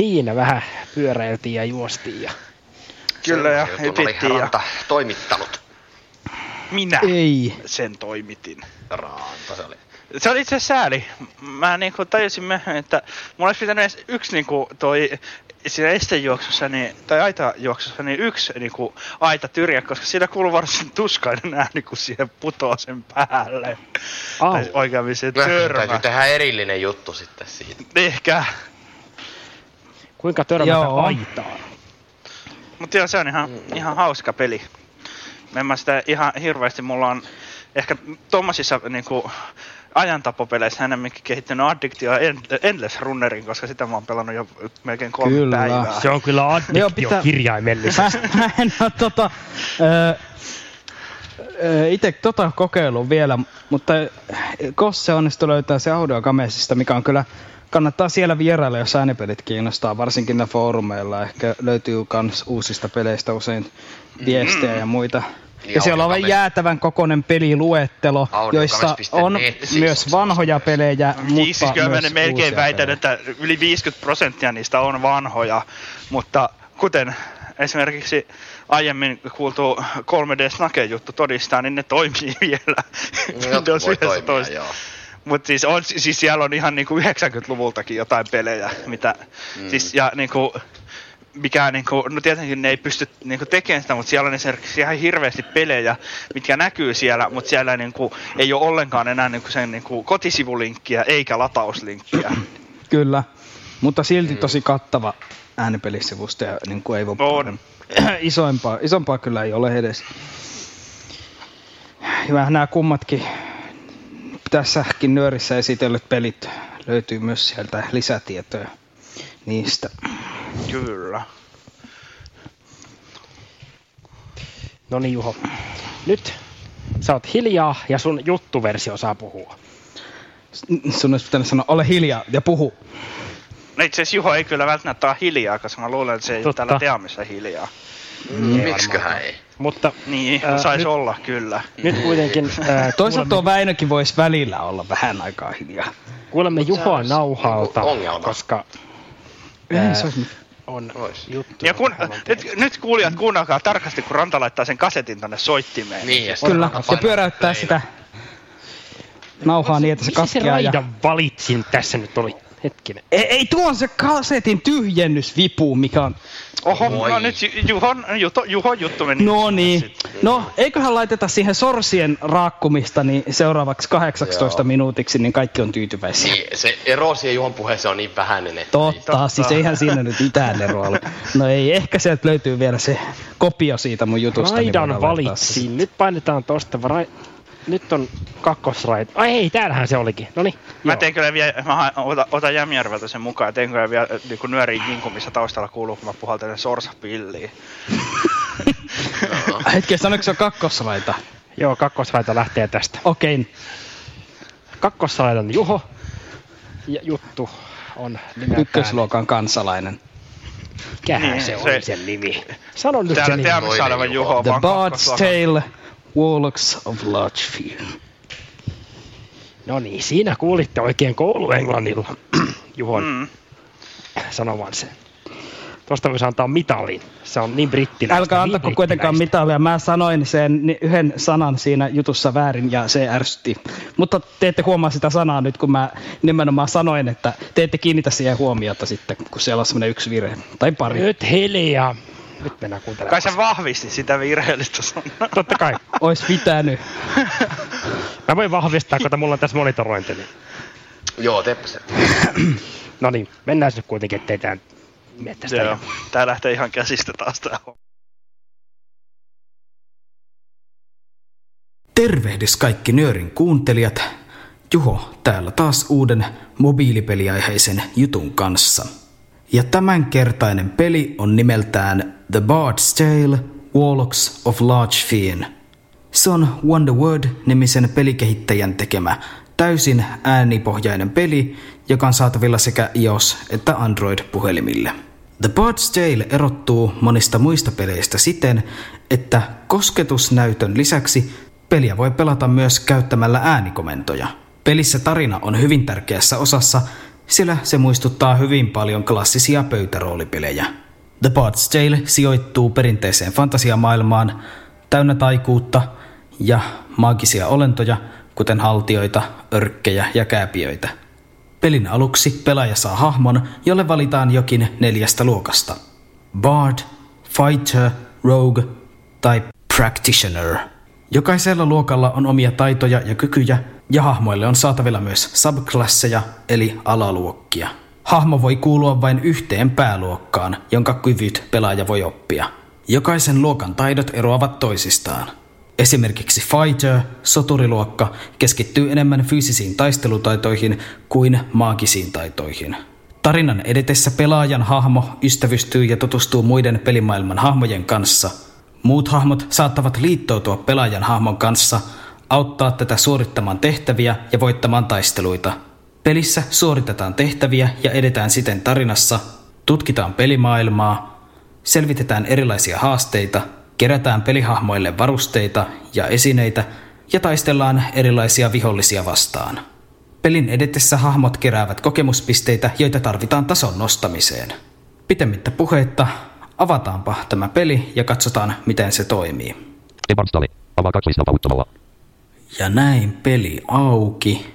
Siinä vähän pyöräiltiin ja juostiin. Ja... Kyllä, ja hypittiin. Ja... toimittanut. Minä Ei. sen toimitin. Ranta se oli. Se oli itse asiassa sääli. Mä niinku tajusin myöhemmin, että mulla olisi pitänyt edes yksi niinku toi siinä estejuoksussa, niin, tai aitajuoksussa, niin yksi niinku aita tyrjä, koska siinä kuuluu varsin tuskainen ääni, kun siihen putoo sen päälle. Au. Tai oikeammin se törmä. Täytyy tehdä erillinen juttu sitten siitä. Ehkä. Kuinka törmätä aitaa? Mutta joo, se on ihan, mm. ihan hauska peli. En mä sitä ihan hirveästi, mulla on ehkä tommosissa niinku ajantapopeleissä enemmänkin kehittynyt addiktio Endless Runnerin, koska sitä mä oon pelannut jo melkein kolme kyllä. päivää. Se on kyllä addiktio pitää... kirjaimellisesti. Mä, mä en oo tota... Ö, ö, ite tota kokeillut vielä, mutta kos se onnistuu löytää se Audiogamesista, mikä on kyllä... Kannattaa siellä vierailla, jos äänipelit kiinnostaa, varsinkin ne foorumeilla. Ehkä löytyy kans uusista peleistä usein viestejä mm. ja muita. Niin, ja siellä on jäätävän kokoinen peliluettelo, joissa on myös vanhoja pelejä, mutta niin, siis kyllä myös melkein väitän, pelejä. Että yli viisikymmentä prosenttia niistä on vanhoja, mutta kuten esimerkiksi aiemmin kuultu kolme D-snake-juttu todistaa, niin ne toimii vielä. No, voi toimia, joo. Mutta siis, on, siis siellä on ihan niinku yhdeksänkymmentäluvultakin jotain pelejä, mitä, mm. siis ja niinku, mikä niinku, no tietenkin ne ei pysty niinku tekemään sitä, mutta siellä on esimerkiksi ihan hirveästi pelejä, mitkä näkyy siellä, mutta siellä niinku ei ole ollenkaan enää niinku sen niinku kotisivulinkkiä eikä latauslinkkiä. Kyllä, mutta silti tosi kattava äänipelisivusto ja niinku ei voi on. isompaa, isompaa kyllä ei ole edes. Ja nämä kummatkin tässäkin nyörissä esitellyt pelit löytyy myös sieltä lisätietoja niistä. Kyllä. No niin Juho, nyt sä oot hiljaa ja sun juttuversio saa puhua. Sun olisi pitänyt sanoa, ole hiljaa ja puhu. No itse asiassa Juho ei kyllä välttämättä ole hiljaa, koska mä luulen, että se ei Totta. Täällä Teamissa hiljaa. Mm, miksiköhän ei? Mutta, niin, äh, saisi olla kyllä. Nyt kuitenkin... Äh, toisaalta tuo Väinökin voisi välillä olla vähän aikaa hiljaa. Kuulemme Juhoa nauhalta, ongelma. koska äh, se olisi... on juttu. Ja kun, nyt, nyt kuulijat kuunnelkaa tarkasti, kun Ranta laittaa sen kasetin tonne soittimeen. Niin, ja kyllä, ja pyöräyttää sitä nauhaa niin, että se katkeaa. Missä se raidan valitsin tässä nyt oli? Hetkinen. Ei, ei tuo on se kasetin tyhjennysvipu, mikä on... Oho, Moi. no nyt Juhon, Juho, Juhon juttu meni. No niin. No, eiköhän laiteta siihen sorsien raakkumista niin seuraavaksi kahdeksantoista Joo. minuutiksi, niin kaikki on tyytyväisiä. Niin, se ero siihen Juhon puheeseen on niin vähäinen, että... Totta, Totta. Siis eihän siinä nyt mitään eroa ole. No ei, ehkä sieltä löytyy vielä se kopio siitä mun jutusta. Raidan niin valitsiin. Nyt painetaan tosta. Ra- Nyt on kakkosraita. Ai ei, täällähän se olikin. Noniin. Mä tein kyllä vielä, mä otan, otan Jämjärveltä sen mukaan ja tein kyllä vielä niinku nyöriin jinku, missä taustalla kuuluu, kun mä puhaltelen sorsapilliin. no. Hetken, sanoiko se on kakkosraita? Joo, kakkosraita lähtee tästä. Okei. Okay. Kakkosraitan Juho. Ja juttu on nimeltään... Ykkösluokan kansalainen. Mikähän niin, se, se on sen nimi? Sano nyt täällä se nimi. Täällä oleva Juho. The Bard's Tale. Warlocks of Large Fear. No niin, siinä kuulitte oikein kouluenglannilla Juhon mm. sanovan sen. Tuosta voisi antaa mitalin. Se on niin brittiläistä. Älkää antako niin kuitenkaan mitalia. Mä sanoin sen yhden sanan siinä jutussa väärin ja se ärsytti. Mutta te ette huomaa sitä sanaa nyt, kun mä nimenomaan sanoin, että te ette kiinnitä siihen huomiota sitten, kun siellä on semmoinen yksi virhe. Tai pari. Nyt hiljaa. Nyt mennään kuuntelemaan. Kai sä vahvisti sitä virheellistä sanaa. Totta kai. Ois pitänyt. Mä voin vahvistaa, kun mulla on tässä monitorointi. Niin... Joo, teepä se. No niin, mennään nyt kuitenkin, ettei tää miettä sitä. Joo, tää lähtee ihan käsistä taas tää. Tervehdys kaikki nyörin kuuntelijat. Juho täällä taas uuden mobiilipeliaiheisen jutun kanssa. Ja tämänkertainen peli on nimeltään The Bard's Tale Warlocks of Large Fear. Se on Wonderword-nimisen pelikehittäjän tekemä täysin äänipohjainen peli, joka on saatavilla sekä iOS- että Android-puhelimille. The Bard's Tale erottuu monista muista peleistä siten, että kosketusnäytön lisäksi peliä voi pelata myös käyttämällä äänikomentoja. Pelissä tarina on hyvin tärkeässä osassa, sillä se muistuttaa hyvin paljon klassisia pöytäroolipelejä. The Bard's Tale sijoittuu perinteiseen fantasiamaailmaan täynnä taikuutta ja maagisia olentoja, kuten haltioita, örkkejä ja kääpiöitä. Pelin aluksi pelaaja saa hahmon, jolle valitaan jokin neljästä luokasta. Bard, Fighter, Rogue tai Practitioner. Jokaisella luokalla on omia taitoja ja kykyjä, ja hahmoille on saatavilla myös subklasseja eli alaluokkia. Hahmo voi kuulua vain yhteen pääluokkaan, jonka kyvyt pelaaja voi oppia. Jokaisen luokan taidot eroavat toisistaan. Esimerkiksi Fighter, soturiluokka, keskittyy enemmän fyysisiin taistelutaitoihin kuin maagisiin taitoihin. Tarinan edetessä pelaajan hahmo ystävystyy ja tutustuu muiden pelimaailman hahmojen kanssa. Muut hahmot saattavat liittoutua pelaajan hahmon kanssa, auttaa tätä suorittamaan tehtäviä ja voittamaan taisteluita. Pelissä suoritetaan tehtäviä ja edetään siten tarinassa, tutkitaan pelimaailmaa, selvitetään erilaisia haasteita, kerätään pelihahmoille varusteita ja esineitä ja taistellaan erilaisia vihollisia vastaan. Pelin edetessä hahmot keräävät kokemuspisteitä, joita tarvitaan tason nostamiseen. Pitemmittä puheitta, avataanpa tämä peli ja katsotaan, miten se toimii. Ja näin peli auki.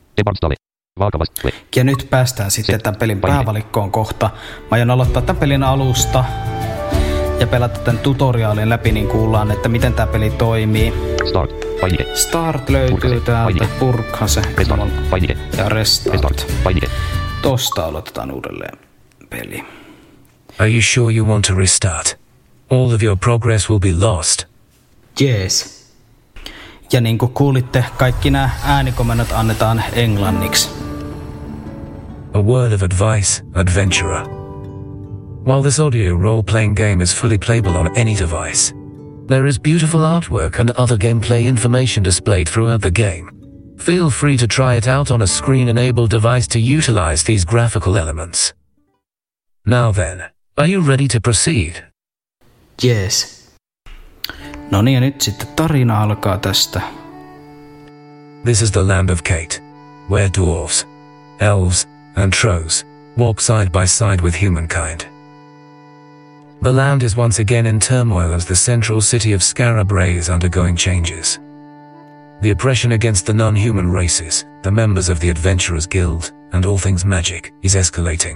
Ja nyt päästään sitten tämän pelin päävalikkoon kohta. Mä aion aloittaa tämän pelin alusta ja pelata tämän tutoriaalin läpi, niin kuullaan, että miten tämä peli toimii. Start, Start löytyy täältä, purkha se, ja Restart. Tosta aloitetaan uudelleen peli. Are you sure you want to restart? All of your progress will be lost. Yes. Ja niin kuin kuulitte, kaikki nämä äänikomennot annetaan englanniksi. A word of advice, adventurer. While this audio role-playing game is fully playable on any device, there is beautiful artwork and other gameplay information displayed throughout the game. Feel free to try it out on a screen-enabled device to utilize these graphical elements. Now then, are you ready to proceed? Yes. No niin, ja nyt sitten tarina alkaa tästä. This is the land of Kate, where dwarves, elves, and trolls walk side by side with humankind. The land is once again in turmoil as the central city of Scarabray is undergoing changes. The oppression against the non-human races, the members of the Adventurers Guild, and all things magic, is escalating.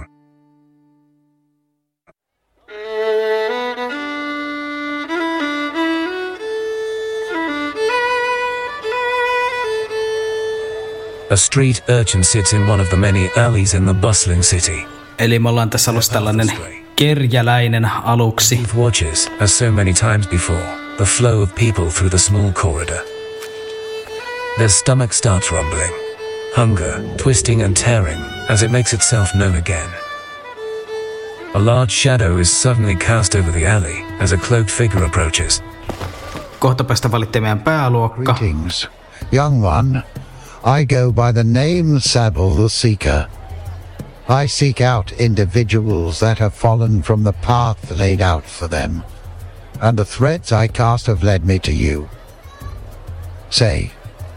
A street urchin sits in one of the many alleys in the bustling city. Eli me ollaan tässä alussa tällainen kerjäläinen aluksi. He watches, as so many times before, the flow of people through the small corridor. Their stomach starts rumbling, hunger twisting and tearing as it makes itself known again. A large shadow is suddenly cast over the alley as a cloaked figure approaches. Kohta päästä valittiin meidän pääluokka. Greetings, young one. I go by the name Sabel the Seeker. I seek out individuals that have fallen from the path laid out for them, and the threads I cast have led me to you. Say,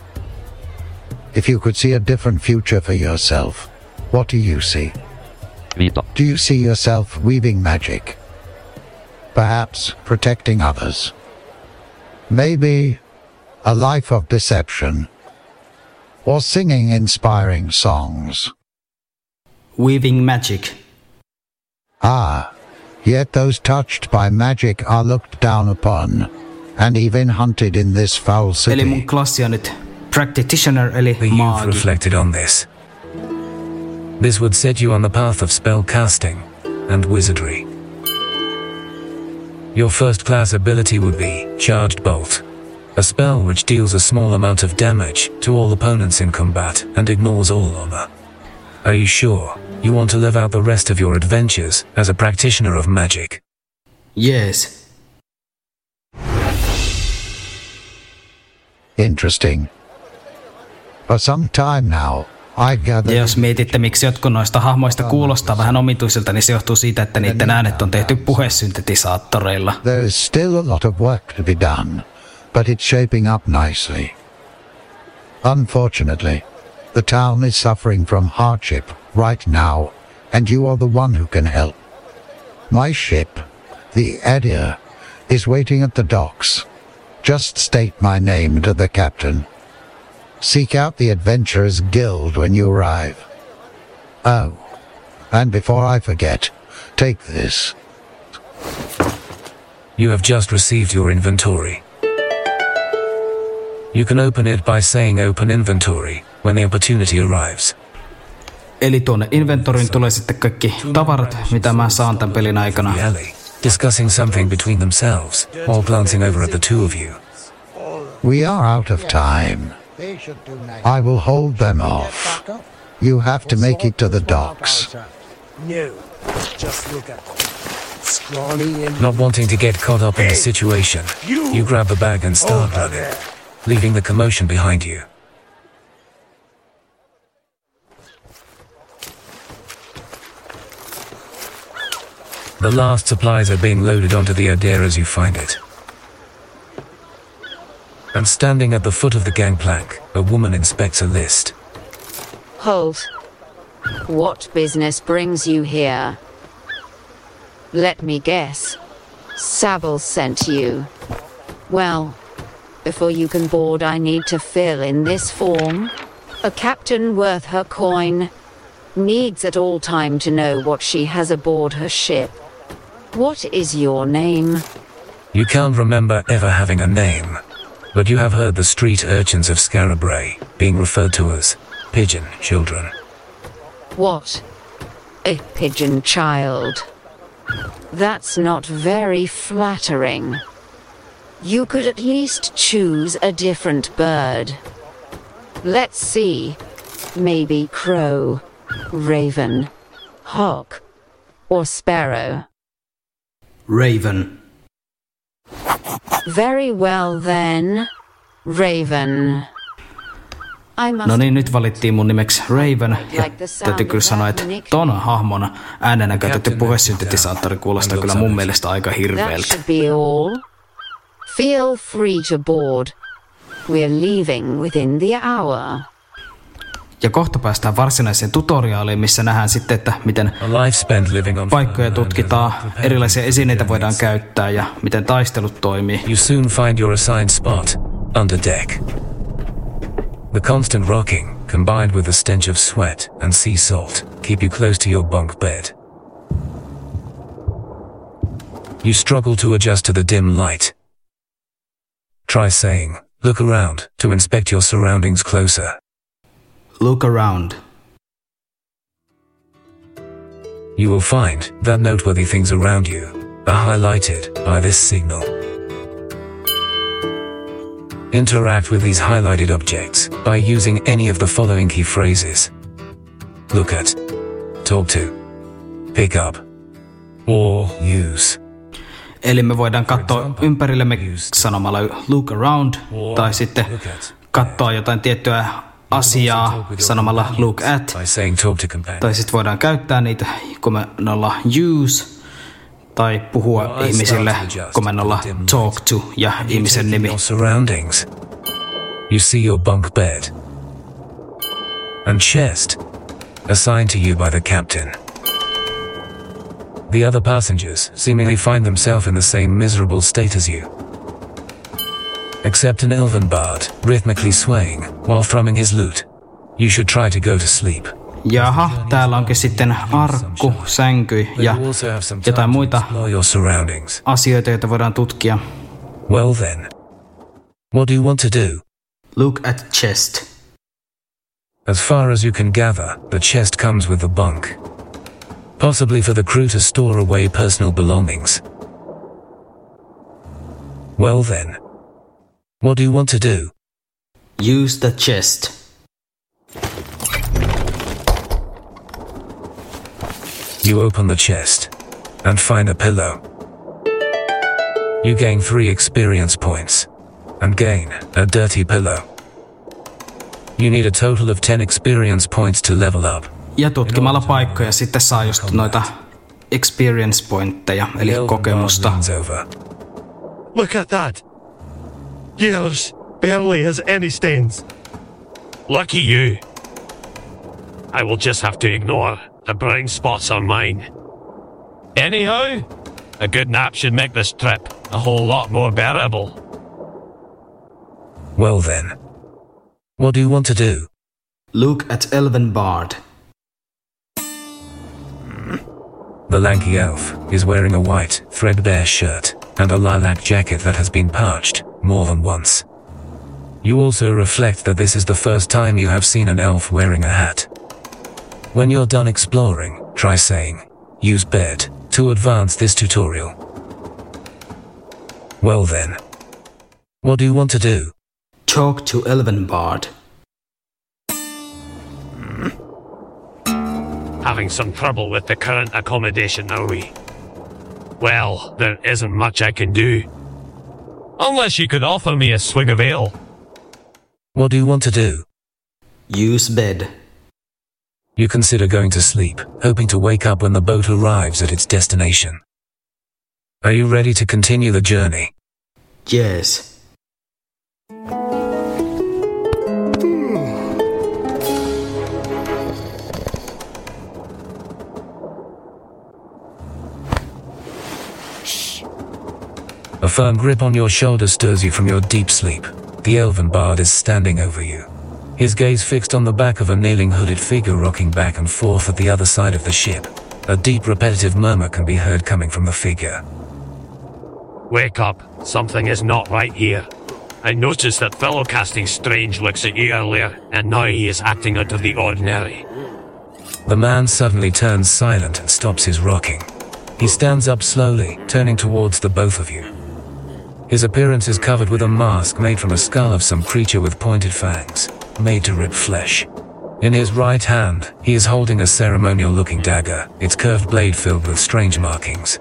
if you could see a different future for yourself, what do you see? Vita. Do you see yourself weaving magic? Perhaps protecting others? Maybe a life of deception? Or singing inspiring songs? Weaving magic. Ah, yet those touched by magic are looked down upon, and even hunted in this foul city. Eli mun klassi on nyt practitioner, eli the youth reflected on this. This would set you on the path of spell casting and wizardry. Your first class ability would be Charged Bolt, a spell which deals a small amount of damage to all opponents in combat and ignores all armor. Are you sure you want to live out the rest of your adventures as a practitioner of magic? Yes. Interesting. For some time now, I gather... Ja jos mietitte, miksi jotkut noista hahmoista kuulostaa vähän omituisilta, niin se johtuu siitä, että niiden äänet on tehty puhesyntetisaattoreilla. There is still a lot of work to be done, but it's shaping up nicely. Unfortunately, the town is suffering from hardship right now, and you are the one who can help. My ship, the Edir, is waiting at the docks. Just state my name to the captain. Seek out the Adventurers Guild when you arrive. Oh, and before I forget, take this. You have just received your inventory. You can open it by saying open inventory when the opportunity arrives. Eli tuonne inventoriin tulee sitten kaikki tavarat, mitä mä saan tämän pelin aikana. Discussing something between themselves, while glancing over at the two of you. We are out of time. I will hold them off. You have to make it to the docks. Not wanting to get caught up in the situation, you grab the bag and start running, leaving the commotion behind you. The last supplies are being loaded onto the Edir as you find it. And standing at the foot of the gangplank, a woman inspects a list. Hold. What business brings you here? Let me guess. Sabal sent you. Well, before you can board, I need to fill in this form. A captain worth her coin needs at all time to know what she has aboard her ship. What is your name? You can't remember ever having a name, but you have heard the street urchins of Scarabray being referred to as pigeon children. What? A pigeon child? That's not very flattering. You could at least choose a different bird. Let's see. Maybe crow, raven, hawk, or sparrow. Raven. Very well then. Raven. No niin, nyt valittiin mun nimeksi Raven, ja täytyy kyllä sanoa, että ton hahmon äänenä käytetty puhesyntetisaattori kuulostaa kyllä mun mielestä aika hirveältä. Feel free to board. We're leaving within the hour. Ja kohta päästään varsinaiseen tutoriaaliin, missä nähdään sitten, että miten paikkoja tutkitaan, erilaisia esineitä voidaan käyttää ja miten taistelut toimii. You soon find your assigned spot, under deck. The constant rocking, combined with the stench of sweat and sea salt, keep you close to your bunk bed. You struggle to adjust to the dim light. Try saying, look around, to inspect your surroundings closer. Look around. You will find that noteworthy things around you are highlighted by this signal. Interact with these highlighted objects by using any of the following key phrases. Look at, talk to, pick up, or use. Eli me voidaan katsoa ympärillemme sanomalla look around, tai sitten katsoa jotain tiettyä asiaa sanomalla look at, tai sitten voidaan käyttää niitä komennolla use, tai puhua ihmisille komennolla talk to ja ihmisen nimi. You see your bunk bed and chest assigned to you by the captain. The other passengers seemingly find themselves in the same miserable state as you. Except an elven bard, rhythmically swaying, while thrumming his lute. You should try to go to sleep. Jaha, täällä onkin sitten arkku, sänky ja jotain muita asioita, joita voidaan tutkia. Well then, what do you want to do? Look at chest. As far as you can gather, the chest comes with the bunk. Possibly for the crew to store away personal belongings. Well then, what do you want to do? Use the chest. You open the chest and find a pillow. You gain three experience points and gain a dirty pillow. You need a total of ten experience points to level up. Ja tutkimalla paikkoja sitten saa just noita experience pointteja, eli kokemusta. Look at that! Yours barely has any stains. Lucky you. I will just have to ignore the brown spots on mine. Anyhow, a good nap should make this trip a whole lot more bearable. Well then, what do you want to do? Look at Elven Bard. The lanky elf is wearing a white, threadbare shirt and a lilac jacket that has been patched more than once. You also reflect that this is the first time you have seen an elf wearing a hat. When you're done exploring, try saying, "Use bed," to advance this tutorial. Well then, what do you want to do? Talk to Elven Bard. Having some trouble with the current accommodation, are we? Well, there isn't much I can do. Unless you could offer me a swig of ale. What do you want to do? Use bed. You consider going to sleep, hoping to wake up when the boat arrives at its destination. Are you ready to continue the journey? Yes. A firm grip on your shoulder stirs you from your deep sleep. The Elven Bard is standing over you, his gaze fixed on the back of a kneeling hooded figure rocking back and forth at the other side of the ship. A deep repetitive murmur can be heard coming from the figure. Wake up. Something is not right here. I noticed that fellow casting Strange looks at you earlier, and now he is acting out of the ordinary. The man suddenly turns silent and stops his rocking. He stands up slowly, turning towards the both of you. His appearance is covered with a mask made from a skull of some creature with pointed fangs, made to rip flesh. In his right hand, he is holding a ceremonial-looking dagger, its curved blade filled with strange markings.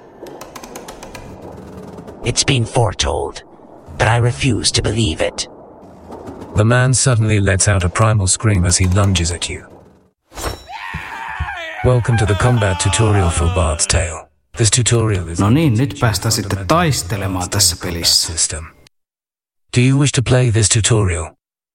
It's been foretold, but I refuse to believe it. The man suddenly lets out a primal scream as he lunges at you. Welcome to the combat tutorial for Bard's Tale. This tutorial is... No niin, nyt päästään sitten taistelemaan tässä pelissä. System. Do you wish to play this tutorial?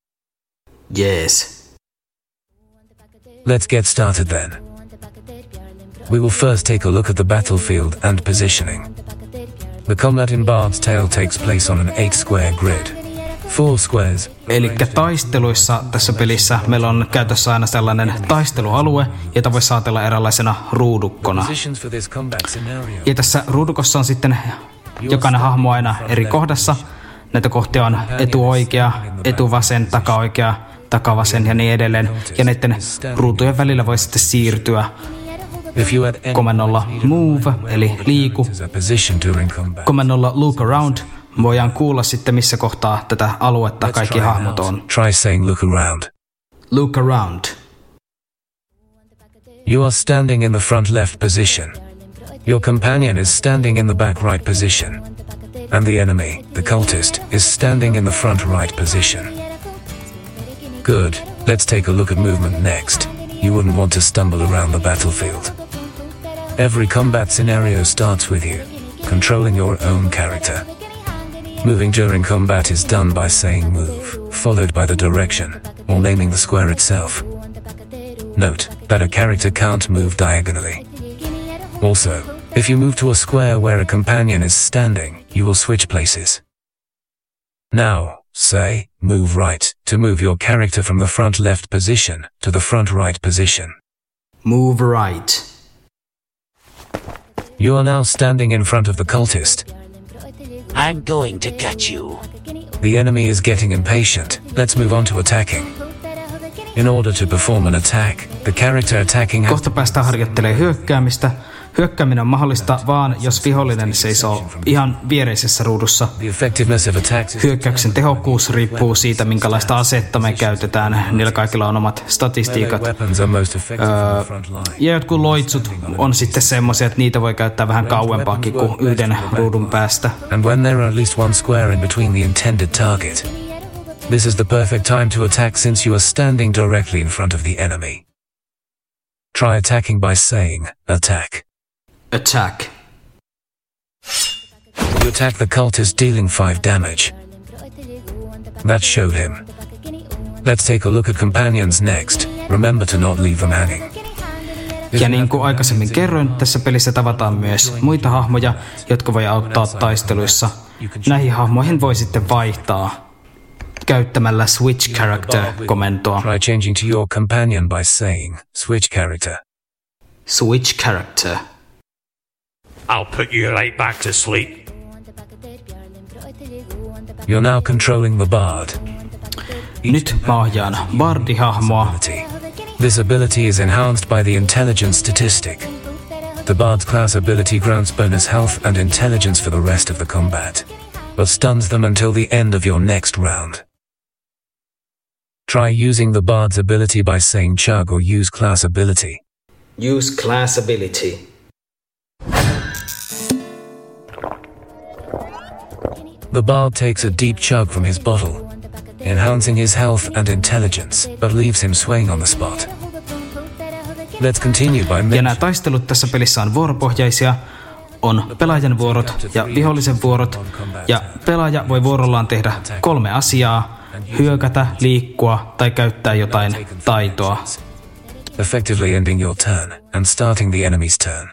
Yes. Let's get started then. We will first take a look at the battlefield and positioning. The combat in Bard's Tale takes place on an eight square grid. Four squares. Elikkä taisteluissa tässä pelissä meillä on käytössä aina sellainen taistelualue, jota voi saatella eräänlaisena ruudukkona. Ja tässä ruudukossa on sitten jokainen hahmo aina eri kohdassa. Näitä kohtia on etuoikea, etuvasen, takaoikea, takavasen ja niin edelleen. Ja näiden ruutujen välillä voi sitten siirtyä komennolla move, eli liiku. Komennolla look around. Voidaan kuulla sitten missä kohtaa tätä aluetta kaikki hahmot on. Try saying look around. Look around. You are standing in the front left position. Your companion is standing in the back right position. And the enemy, the cultist, is standing in the front right position. Good. Let's take a look at movement next. You wouldn't want to stumble around the battlefield. Every combat scenario starts with you, controlling your own character. Moving during combat is done by saying move, followed by the direction, or naming the square itself. Note that a character can't move diagonally. Also, if you move to a square where a companion is standing, you will switch places. Now, say, move right, to move your character from the front left position to the front right position. Move right. You are now standing in front of the cultist. I'm going to get you. The enemy is getting impatient. Let's move on to attacking. In order to perform an attack, the character attacking has... Kohta päästään harjoittelemaan hyökkäämistä. Hyökkääminen on mahdollista vaan, jos vihollinen seisoo ihan viereisessä ruudussa. Hyökkäyksen tehokkuus riippuu siitä, minkälaista asetta me käytetään. Niillä kaikilla on omat statistiikat. Öö, ja jotkut loitsut on sitten semmoisia, että niitä voi käyttää vähän kauempaakin kuin yhden ruudun päästä. And when there are at least one square in between the intended target, this is the perfect time to attack since you are standing directly in front of the enemy. Try attacking by saying, attack. Attack. You attack the cultist, dealing five damage. That showed him. Let's take a look at companions next. Remember to not leave them hanging. Ja niin kuin aikaisemmin kerroin, tässä pelissä tavataan myös muita hahmoja, jotka voi auttaa taisteluissa. Näihin hahmoihin voi sitten vaihtaa käyttämällä Switch Character-komentoa. Try changing to your companion by saying Switch Character. Switch Character. I'll put you right back to sleep. You're now controlling the bard. Nyt mä ohjaan Bardi-hahmoa. This ability is enhanced by the intelligence statistic. The bard's class ability grants bonus health and intelligence for the rest of the combat, but stuns them until the end of your next round. Try using the bard's ability by saying chug or use class ability. Use class ability. The bard takes a deep chug from his bottle, enhancing his health and intelligence, but leaves him swaying on the spot. Let's continue by ja nämä taistelut tässä pelissä on vuoropohjaisia. On pelaajan vuorot ja vihollisen vuorot, ja pelaaja voi vuorollaan tehdä kolme asiaa: hyökätä, liikkua tai käyttää jotain taitoa. Effectively ending your turn and starting the enemy's turn.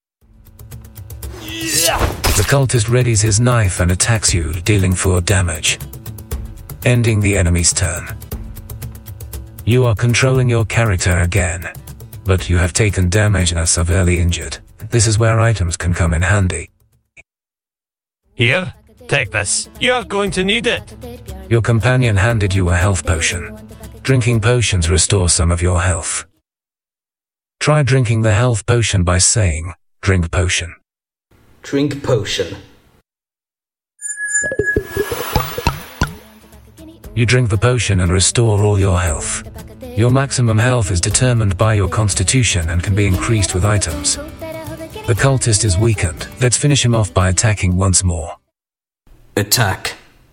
The cultist readies his knife and attacks you, dealing four damage, ending the enemy's turn. You are controlling your character again, but you have taken damage and are severely injured. This is where items can come in handy. Here, take this. You're going to need it. Your companion handed you a health potion. Drinking potions restore some of your health. Try drinking the health potion by saying, drink potion. Drink potion. You drink the potion and restore all your health. Your maximum health is determined by your constitution and can be increased with items. The cultist is weakened. Let's finish him off by attacking once more. Attack.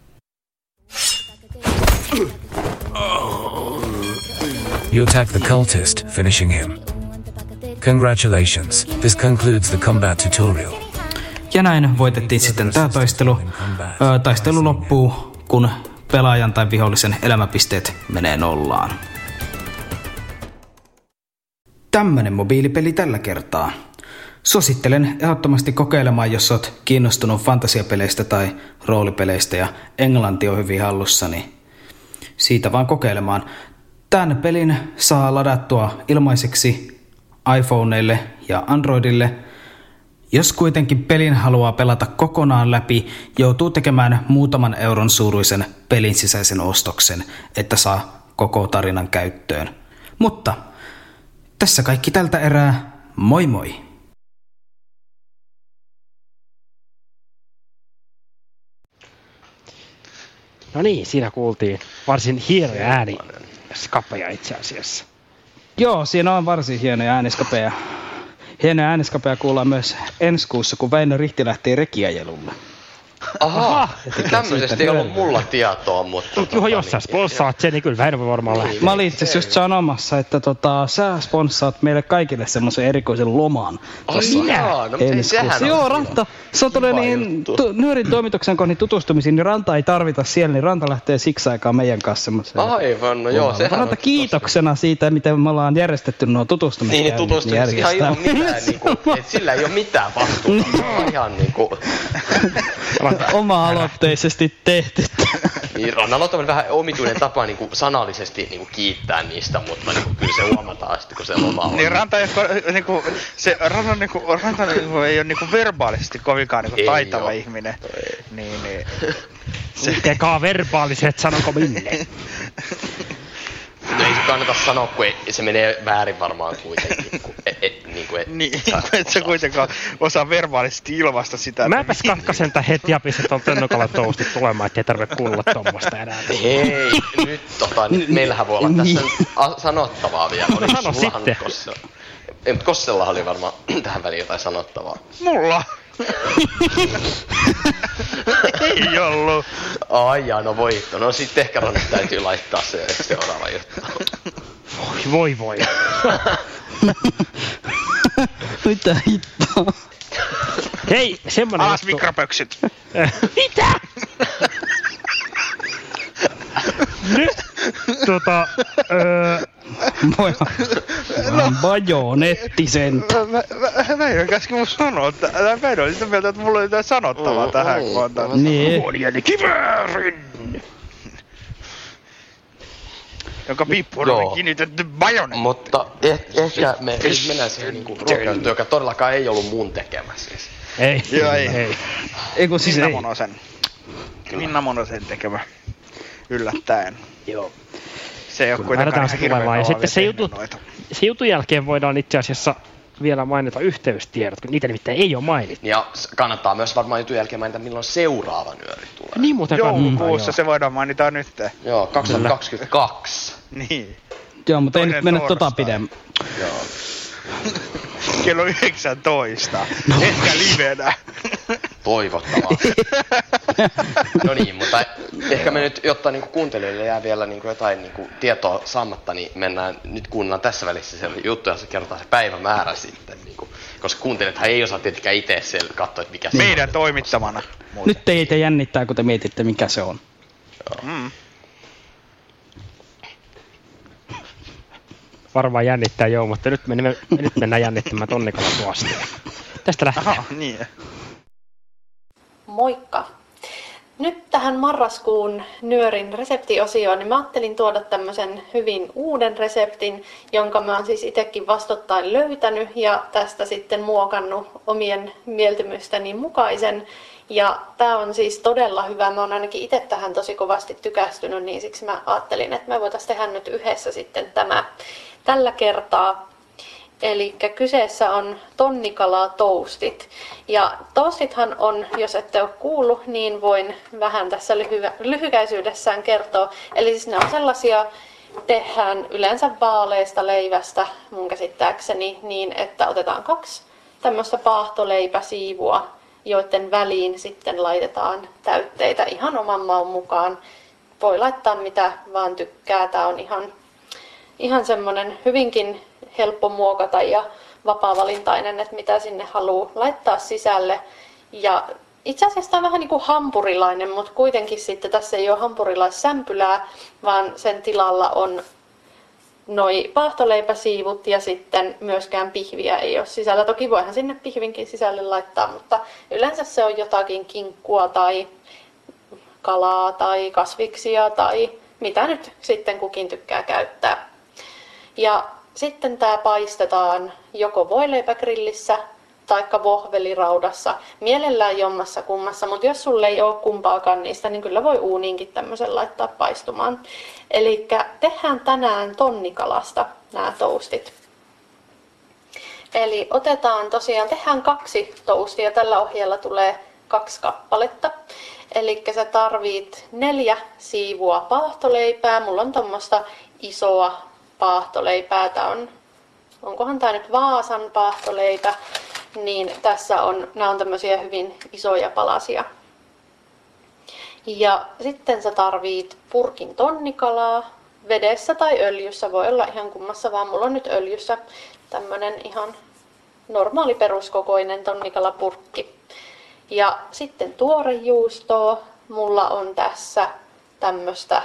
You attack the cultist, finishing him. Congratulations. This concludes the combat tutorial. Ja näin voitettiin sitten tää taistelu. Öö, taistelu loppuu, kun pelaajan tai vihollisen elämäpisteet menee nollaan. Tämmönen mobiilipeli tällä kertaa. Suosittelen ehdottomasti kokeilemaan, jos oot kiinnostunut fantasiapeleistä tai roolipeleistä ja englanti on hyvin hallussa, niin siitä vaan kokeilemaan. Tän pelin saa ladattua ilmaiseksi iPhoneille ja Androidille. Jos kuitenkin pelin haluaa pelata kokonaan läpi, joutuu tekemään muutaman euron suuruisen pelin sisäisen ostoksen, että saa koko tarinan käyttöön. Mutta tässä kaikki tältä erää. Moi moi! No niin, siinä kuultiin varsin hieno ääni skapeja itse asiassa. Joo, siinä on varsin hienoja ääniskapeja. Hienoja ääniskapeja kuullaan myös ensi kuussa, kun Väinö Rihti lähtee rekiajelulle. Aha, tämmöisestä ei ollut mulla tietoa, mutta... Mutta Juho, jos sä sponssaat sen, niin kyllä Väinö voi varmaan lähteä. Mä olin itse just sanomassa, että tota, sä sponssaat meille kaikille semmoisen erikoisen loman. Oh, minä? No, ei sehän Joo, Ranta, se tulee niin tu, Nyörin toimituksen kohdin tutustumisiin, niin Ranta ei tarvita siellä, niin Ranta lähtee siksi aikaa meidän kanssa semmoiseen. Aivan, no joo, sehän Ranta, kiitoksena tosi... siitä, miten me ollaan järjestetty nuo tutustumiskäynnit. Niin, tutustumiset ihan ilman mitään, niinku, et sillä ei ole mitään vastuuta. Ihan niinku... Oma-aloitteisesti tehty. Niin, Rannalla on vähän omituinen tapa niin kuin sanallisesti niin kuin kiittää niistä, mutta niin kuin, kyllä se huomataan sitten, kun se loma on. Niin Ranta, niin kuin, se, Ranta, niin kuin, Ranta niin kuin, ei ole niin kuin verbaalisesti kovinkaan niin kuin taitava ole. ihminen. Ei. Niin, niin. Se... Tekaa verbaaliset, sanonko minne? No ei se kannata sanoa, kun ei, se menee väärin varmaan kuitenkin. Kun, et, et, niin kuin et, niin, et sä kuitenkaan osaa verbaalisesti ilmaista sitä. Mäpäs katkasen tän heti ja pistän tuon Tönnokalan toastit tulemaan, ettei tarvitse kuulla tommoista enää. Hei, nyt tota, nyt meillähän voi olla tässä a- sanottavaa vielä. No sano sitten. Kossella. Ei, mutta Kossellahan oli varmaan tähän väliin jotain sanottavaa. Mulla? Ei ollut. Ai jaa, no voi. No sitten ehkä Ronne täytyy laittaa se seuraava juttu. Voi voi voi. Mitä hittoa? Hei, semmonen alas juttu. Mikropöksyt. Mitä? Nyt, tota, öö, No, bajonetti sen. Näin käski mun sanoa, että mä en ole sitä mieltä, että mulla oli jotain sanottavaa Mm, tähän, mm. kun on taas Niin. huonieni kiväärin, jonka piippuun Joo. oli kiinnitetty bajonetti. Mutta eh, ehkä me nyt mennään siihen niinku ruokailuun, joka todellakaan ei ollut mun tekemä siis. Ei. Joo, ei. ei. Ei kun siis Minna ei. Monosen. Minna Monosen tekemä. Yllättäen. Joo. Se ei oo Kun kuitenkaan lähdetään ihan se hirveän tulemaan. Ja kauan sitten se vielä jutu, tehnyt noita. se jutun jälkeen voidaan itse asiassa vielä mainita yhteystiedot, kun niitä nimittäin ei ole mainittu. Ja s- kannattaa myös varmaan jutun jälkeen mainita, milloin seuraava nyöri tulee. Niin muuten kannattaa, Joulukuussa joo. se voidaan mainita nyt. Joo, kaksituhattakaksikymmentäkaksi. Niin. Joo, mutta ei Toinen nyt mennä tota torstai. pidemmän. Joo. Kello yhdeksäntoista. No. Ehkä livenä. Toivottavasti. No niin, mutta ehkä me nyt, jotta niinku kuuntelijoille jää vielä niinku jotain niinku tietoa saamatta, niin mennään, nyt kuunnellaan tässä välissä se juttu, ja se kerrotaan se päivämäärä sitten. Niinku, koska kuuntelijathan ei osaa tietenkään itse siellä katsoa, että mikä se Meidän on. toimittamana. Nyt teitä jännittää, kun te mietitte, mikä se on. Mm. Varmaan jännittää joo, mutta nyt, me, nyt mennään jännittämään Tonnikala tuosta. Tästä lähtee. Aha, niin. Moikka! Nyt tähän marraskuun nyörin reseptiosioon, niin mä ajattelin tuoda tämmöisen hyvin uuden reseptin, jonka mä oon siis itsekin vastottain löytänyt ja tästä sitten muokannut omien mieltymystäni mukaisen. Ja tää on siis todella hyvä. Mä oon ainakin itse tähän tosi kovasti tykästynyt, niin siksi mä ajattelin, että me voitaisiin tehdä nyt yhdessä sitten tämä tällä kertaa. Eli kyseessä on tonnikalaa toastit. Ja toastithan on, jos ette ole kuullut, niin voin vähän tässä lyhy- lyhykäisyydessään kertoa. Eli siis ne on sellaisia, tehdään yleensä vaaleista leivästä mun käsittääkseni niin, että otetaan kaksi tämmöistä paahtoleipäsiivua, joiden väliin sitten laitetaan täytteitä ihan oman maun mukaan. Voi laittaa mitä vaan tykkää. Tää on ihan, ihan semmonen hyvinkin helppo muokata ja vapaa-valintainen, että mitä sinne haluaa laittaa sisälle. Ja itse asiassa tämä on vähän niin kuin hampurilainen, mutta kuitenkin sitten tässä ei ole hampurilaissämpylää, vaan sen tilalla on noi paahtoleipäsiivut ja sitten myöskään pihviä ei ole sisällä. Toki voihan sinne pihvinkin sisälle laittaa, mutta yleensä se on jotakin kinkkua tai kalaa tai kasviksia tai mitä nyt sitten kukin tykkää käyttää. Ja sitten tämä paistetaan joko voileipägrillissä tai vohveliraudassa, mielellään jommassa kummassa, mutta jos sulle ei ole kumpaakaan niistä, niin kyllä voi uuniinkin tämmöisen laittaa paistumaan. Eli tehdään tänään tonnikalasta nämä toastit. Eli otetaan tosiaan, tehdään kaksi toastia, tällä ohjeella tulee kaksi kappaletta. Eli sä tarvit neljä siivua paahtoleipää, mulla on tommoista isoa paahtoleipää, tää on, onkohan tää nyt Vaasan paahtoleipä, niin tässä on, nämä on tämmöisiä hyvin isoja palasia. Ja sitten sä tarvit purkin tonnikalaa, vedessä tai öljyssä, voi olla ihan kummassa, vaan mulla on nyt öljyssä tämmönen ihan normaali peruskokoinen tonnikalapurkki. Ja sitten tuorejuustoa, mulla on tässä tämmöstä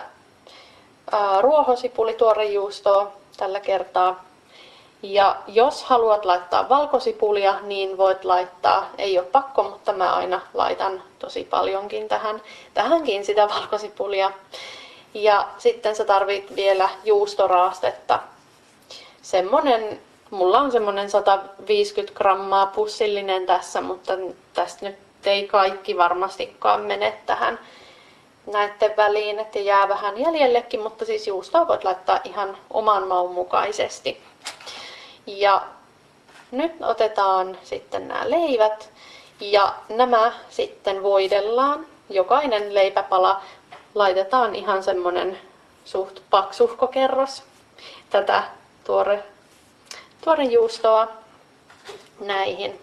ruohosipulituorejuustoa tällä kertaa. Ja jos haluat laittaa valkosipulia, niin voit laittaa, ei ole pakko, mutta mä aina laitan tosi paljonkin tähän, tähänkin sitä valkosipulia. Ja sitten sä tarvit vielä juustoraastetta. Semmonen, mulla on semmonen sata viisikymmentä grammaa pussillinen tässä, mutta tästä nyt ei kaikki varmastikaan mene tähän näiden väliin, että jää vähän jäljellekin, mutta siis juustoa voit laittaa ihan oman maun mukaisesti. Ja nyt otetaan sitten nämä leivät ja nämä sitten voidellaan. Jokainen leipäpala laitetaan ihan semmonen suht paksuhko kerros tätä tuore, tuorejuustoa näihin.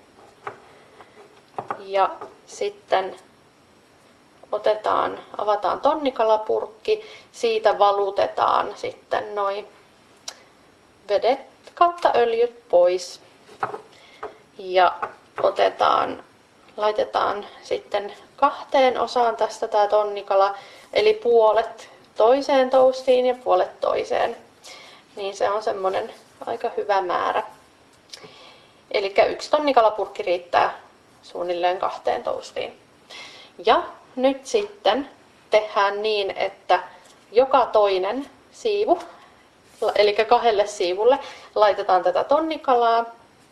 Ja sitten otetaan, avataan tonnikalapurkki, siitä valutetaan sitten noi vedet kautta öljyt pois. Ja otetaan, laitetaan sitten kahteen osaan tästä tää tonnikala, eli puolet toiseen toastiin ja puolet toiseen. niin se on semmoinen aika hyvä määrä. Eli yksi tonnikalapurkki riittää suunnilleen kahteen toastiin. Ja nyt sitten tehdään niin, että joka toinen siivu, eli kahdelle siivulle, laitetaan tätä tonnikalaa.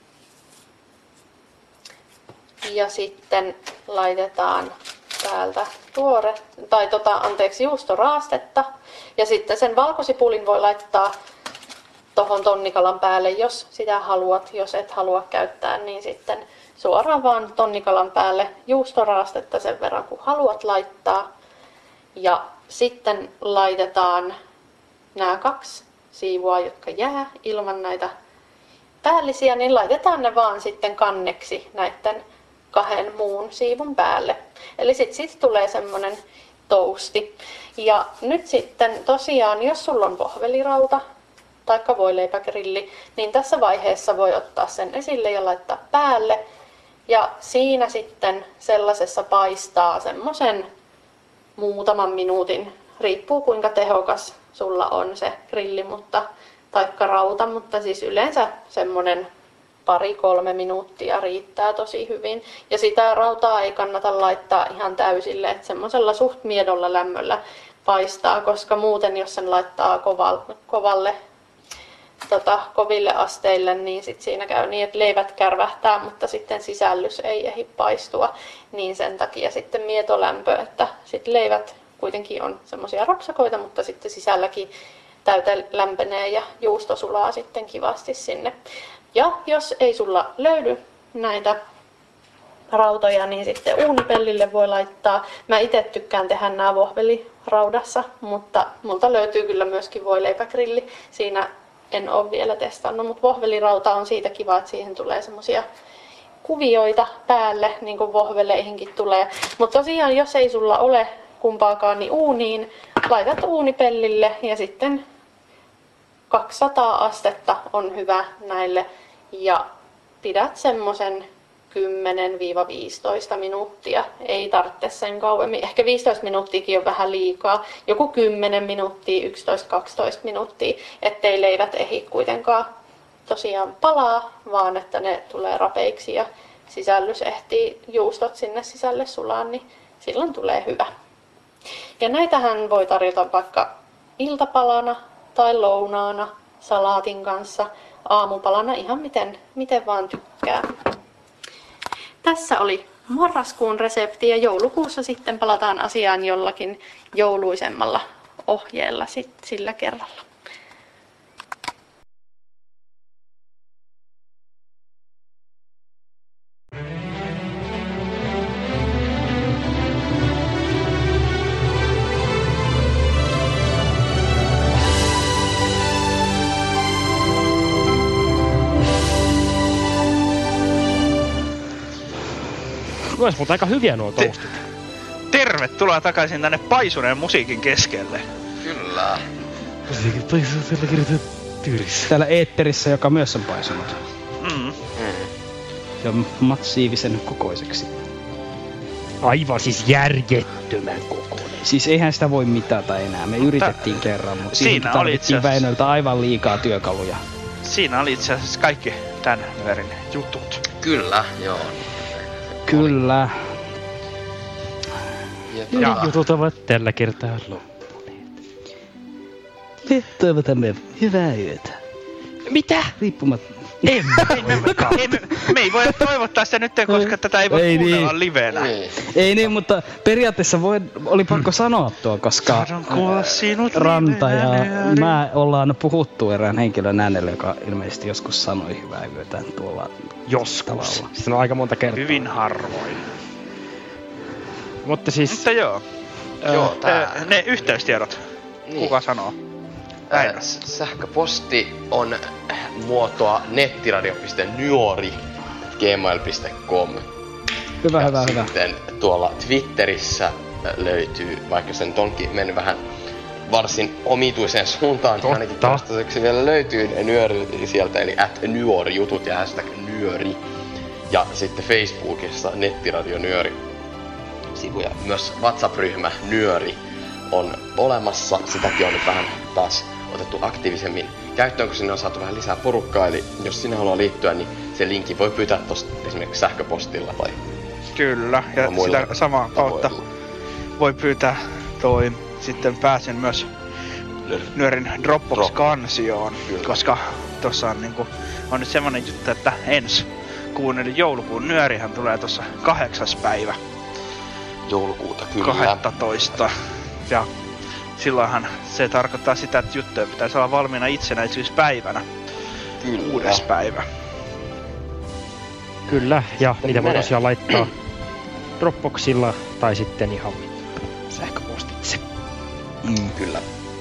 Ja sitten laitetaan täältä tuore, tai tota, anteeksi, juustoraastetta. Ja sitten sen valkosipulin voi laittaa tuohon tonnikalan päälle, jos sitä haluat. Jos et halua käyttää, niin sitten suoraan vaan tonnikalan päälle juustoraastetta sen verran, kun haluat laittaa. Ja sitten laitetaan nämä kaksi siivua, jotka jää ilman näitä päällisiä, niin laitetaan ne vaan sitten kanneksi näiden kahden muun siivun päälle. Eli sitten sit tulee semmonen tousti. Ja nyt sitten tosiaan, jos sulla on vohvelirauta tai voileipägrilli, niin tässä vaiheessa voi ottaa sen esille ja laittaa päälle. Ja siinä sitten sellaisessa paistaa semmoisen muutaman minuutin, riippuu kuinka tehokas sulla on se grilli, mutta taikka rauta, mutta siis yleensä semmoinen pari-kolme minuuttia riittää tosi hyvin. Ja sitä rautaa ei kannata laittaa ihan täysille, että semmoisella suht miedolla lämmöllä paistaa, koska muuten jos sen laittaa kovalle, kovalle tota, koville asteille, niin sit siinä käy niin, että leivät kärvähtää, mutta sitten sisällys ei ehdi paistua. Niin sen takia sitten mietolämpö, että sit leivät kuitenkin on semmoisia rapsakoita, mutta sitten sisälläkin täyte lämpenee ja juusto sulaa sitten kivasti sinne. Ja jos ei sulla löydy näitä rautoja, niin sitten uunipellille voi laittaa. Mä itse tykkään tehdä nämä vohveliraudassa, mutta multa löytyy kyllä myöskin voileipägrilli. Siinä en ole vielä testannut, mutta vohvelirauta on siitä kiva, että siihen tulee semmosia kuvioita päälle, niin kuin vohveleihinkin tulee. Mutta tosiaan, jos ei sulla ole kumpaakaan, niin uuniin laitat uunipellille ja sitten kaksisataa astetta on hyvä näille ja pidät semmoisen kymmenen viisitoista minuuttia. Ei tarvitse sen kauemmin. Ehkä viisitoista minuuttiakin on vähän liikaa. Joku kymmenen minuuttia, yksitoista kaksitoista minuuttia, ettei leivät ehdi kuitenkaan tosiaan palaa, vaan että ne tulee rapeiksi ja sisällys ehtii juustot sinne sisälle sulaan, niin silloin tulee hyvä. Ja näitähän voi tarjota vaikka iltapalana tai lounaana, salaatin kanssa, aamupalana, ihan miten, miten vaan tykkää. Tässä oli marraskuun resepti ja joulukuussa sitten palataan asiaan jollakin jouluisemmalla ohjeella sit sillä kerralla. Ois multa aika hyviä nuo toastit. Tervetuloa takaisin tänne paisuneen musiikin keskelle. Kyllä. Musiikin paisuu tällä kertaa tyyrissä. Täällä eetterissä, joka myös on paisunut. Mm. Mm. Se on massiivisen kokoiseksi. Aivan siis järjettömän kokoinen. Siis eihän sitä voi mitata enää. Me yritettiin Ta- kerran, mutta siinä tarvittiin asiassa... Väinöltä aivan liikaa työkaluja. Siinä oli itse asiassa kaikki tän verin jutut. Kyllä, joo. Kyllä. Ja, ja jutut ovat tällä kertaa loppuneet. Me toivotamme hyvää yötä. Mitä? Riippumatta. Emme, emme, emme, me ei voi toivottaa sitä nyt, koska tätä ei voi ei kuunnella niin. livenä. Ei. ei niin, mutta periaatteessa voi, oli pakko sanoa tuo, koska Ranta ja mä ollaan puhuttu erään henkilön äänelle, joka ilmeisesti joskus sanoi hyvää yötä tuolla joskus. Sitä on aika monta kertaa. Hyvin harvoin. Mutta siis... Mutta joo. joo tää... Ne yhteystiedot. Niin. Kuka sanoo? Ää, sähköposti on muotoa nettiradio piste nyori ät gmail piste com. Hyvä, ja hyvä, hyvä. Sitten tuolla Twitterissä löytyy, vaikka se nyt onkin mennyt vähän varsin omituiseen suuntaan, niin ainakin toistaiseksi vielä löytyy nyöri sieltä, eli at nyori-jutut ja hashtag nyöri. Ja sitten Facebookissa nettiradio nyöri sivuja. Myös WhatsApp-ryhmä nyöri on olemassa. Sitäkin on nyt vähän taas otettu aktiivisemmin käyttöön, kun sinne on saatu vähän lisää porukkaa. Eli jos sinä haluaa liittyä, niin se linkki voi pyytää tosta esimerkiksi sähköpostilla tai... Kyllä, ja sitä samaa kautta voi pyytää toi sitten pääsen myös Nyörin Dropbox-kansioon, koska tossa on niinku, on nyt semmonen juttu, että ensi kuun eli joulukuun Nyörihän tulee tossa kahdeksas päivä. Joulukuuta, kyllä. kaksitoista. Ja silloinhan se tarkoittaa sitä, että juttuja pitäisi olla valmiina itsenäisyyspäivänä. Kyllä. Kuudes päivä. Kyllä, ja niitä voi tosiaan laittaa Dropboxilla tai sitten ihan sähköpostitse. Mm, kyllä.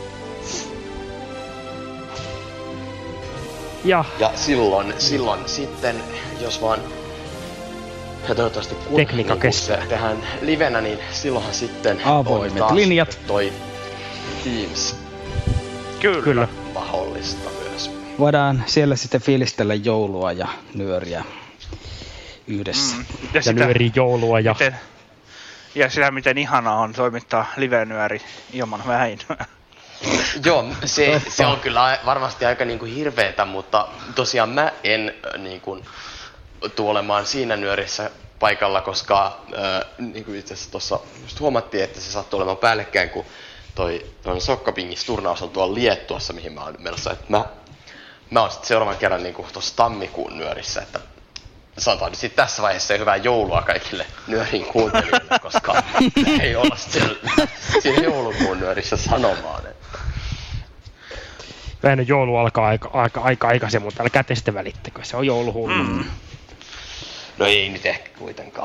Ja, ja silloin, silloin sitten, jos vaan ja toivottavasti kun tekniikka niin, kestää. Se tehdään livenä, niin silloinhan sitten avoimet on linjat. Toi Teams. Kyllä. Kyllä. Mahdollista myös. Voidaan siellä sitten fiilistellä joulua ja nyöriä yhdessä. Mm. Ja, ja nyöri joulua ja... Miten, ja sitä miten ihanaa on toimittaa live-nyöri ilman väinöä. Joo, se, se on kyllä varmasti aika niinku hirveetä, mutta tosiaan mä en niinku tuu olemaan siinä nyörissä paikalla, koska äh, niinku itse asiassa tuossa just huomattiin, että se sattuu olemaan päällekkäin, kun toi Sokkapingis turnaus on tuolla Liettuassa, mihin mä oon menossa. Et mä, mä oon sit seuraavan kerran niinku tuossa tammikuun nyörissä, että sanotaan nyt sit tässä vaiheessa hyvää joulua kaikille nyörin kuuntelijoille, koska ei olla siellä, siellä joulukuun nyörissä sanomaan. Että. Väinö joulu alkaa aika, aika, aika aikaisin, mutta älkää te sitten välittäkö, se on jouluhullu. Mm. No ei nyt ehkä kuitenkaan.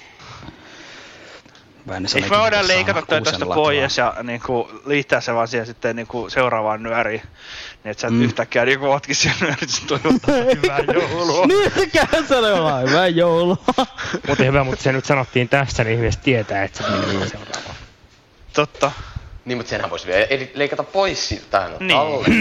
Eikö me voidaan leikata toi tästä pois ja niinku, liittää se vaan siihen sitten niinku, seuraavaan nyöriin. Niin et sä mm. yhtäkkiä niinku ootkin siellä nyörissä toivottaa hyvää joulua. Niinkään sanomaan hyvää joulua. Mutta hyvä, mutta se nyt sanottiin tässä, niin ihmiset tietää, että se menee seuraavaan. Totta. Niin, mutta senhän voisi vielä leikata pois siitä, tähän on niin. talleen.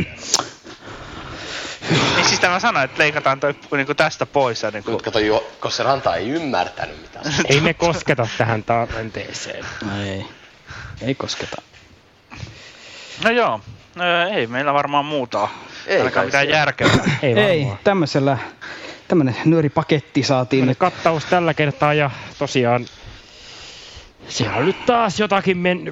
Niin siis tämä sanoin, että leikataan toi niinku tästä pois. Ja niinku... Mutta kato, jo, koska Ranta ei ymmärtänyt mitään. Ei me kosketa tähän tallenteeseen. Ei, ei kosketa. No joo, öö, ei meillä varmaan muuta. Ei ainakaan mitään järkevää. Ei, ei tämmöisellä, tämmönen nyöripaketti saatiin nyt. Kattaus tällä kertaa ja tosiaan siellä on nyt taas jotakin mennyt.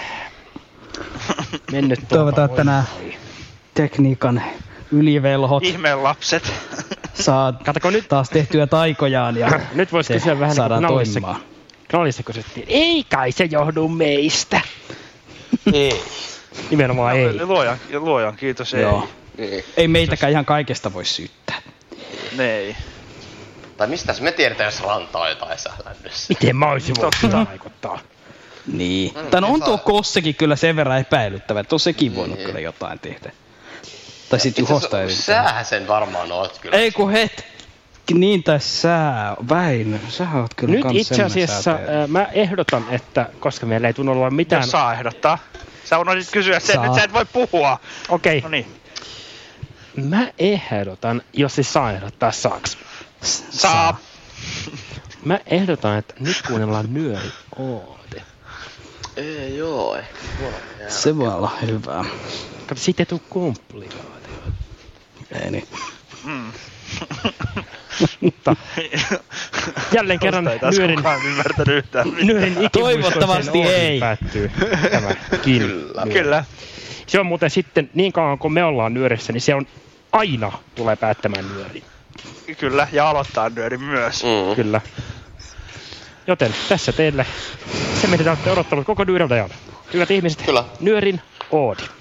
mennyt Toivotaan, että nämä tekniikan ylivelhot ihmeen lapset saa Katako nyt taas tehtyä taikojaan ja nyt vois kysyä vähän saadaan toimimaan. Knallissa kysyttiin, ei kai se johdu meistä. Ei. Nimenomaan no, ei. Luojan, luojan kiitos, ei. Joo. Ei, ei meitäkään ihan kaikesta voi syyttää. Ei. Tai mistäs me tiedetään, jos Ranta on jotain sählännyssä? Miten mä oisin voinut vaikuttaa? Niin. Mm, tai no on tuo Kossekin kyllä sen verran epäilyttävä, että on sekin voinut niin. kyllä jotain tehdä. Tai sit Juhosta ei. Sähän sen varmaan oot kyllä. Ei kun het. Niin tai sä, Väinö, sä oot kyllä nyt kans itse asiassa äh, mä ehdotan, että koska meillä ei tunnu olla mitään... Jos saa ehdottaa. Sä unohdit kysyä sen, että sä et voi puhua. Okei. Okay. No niin. Mä ehdotan, jos se saa ehdottaa, saaks? Saa. Mä ehdotan, että nyt kuunnellaan Nyöri Oode. Ei joo, ehkä se voi olla hyvä. Kato, siitä ei tuu komplikaatio. Ei niin. Mm. Mutta jälleen kerran Nyörin, Nyörin toivottavasti ei. Päättyy tämä Kyllä. Kyllä. Se on muuten sitten, niin kauan kun me ollaan Nyörissä, niin se on aina tulee päättämään Nyörin. Kyllä, ja aloittaa Nyörin myös. Mm. Kyllä. Joten tässä teille se, mitä te olette odottanut koko Nyörin ajan. Hyvät ihmiset, Kyllä. Nyörin Oodi.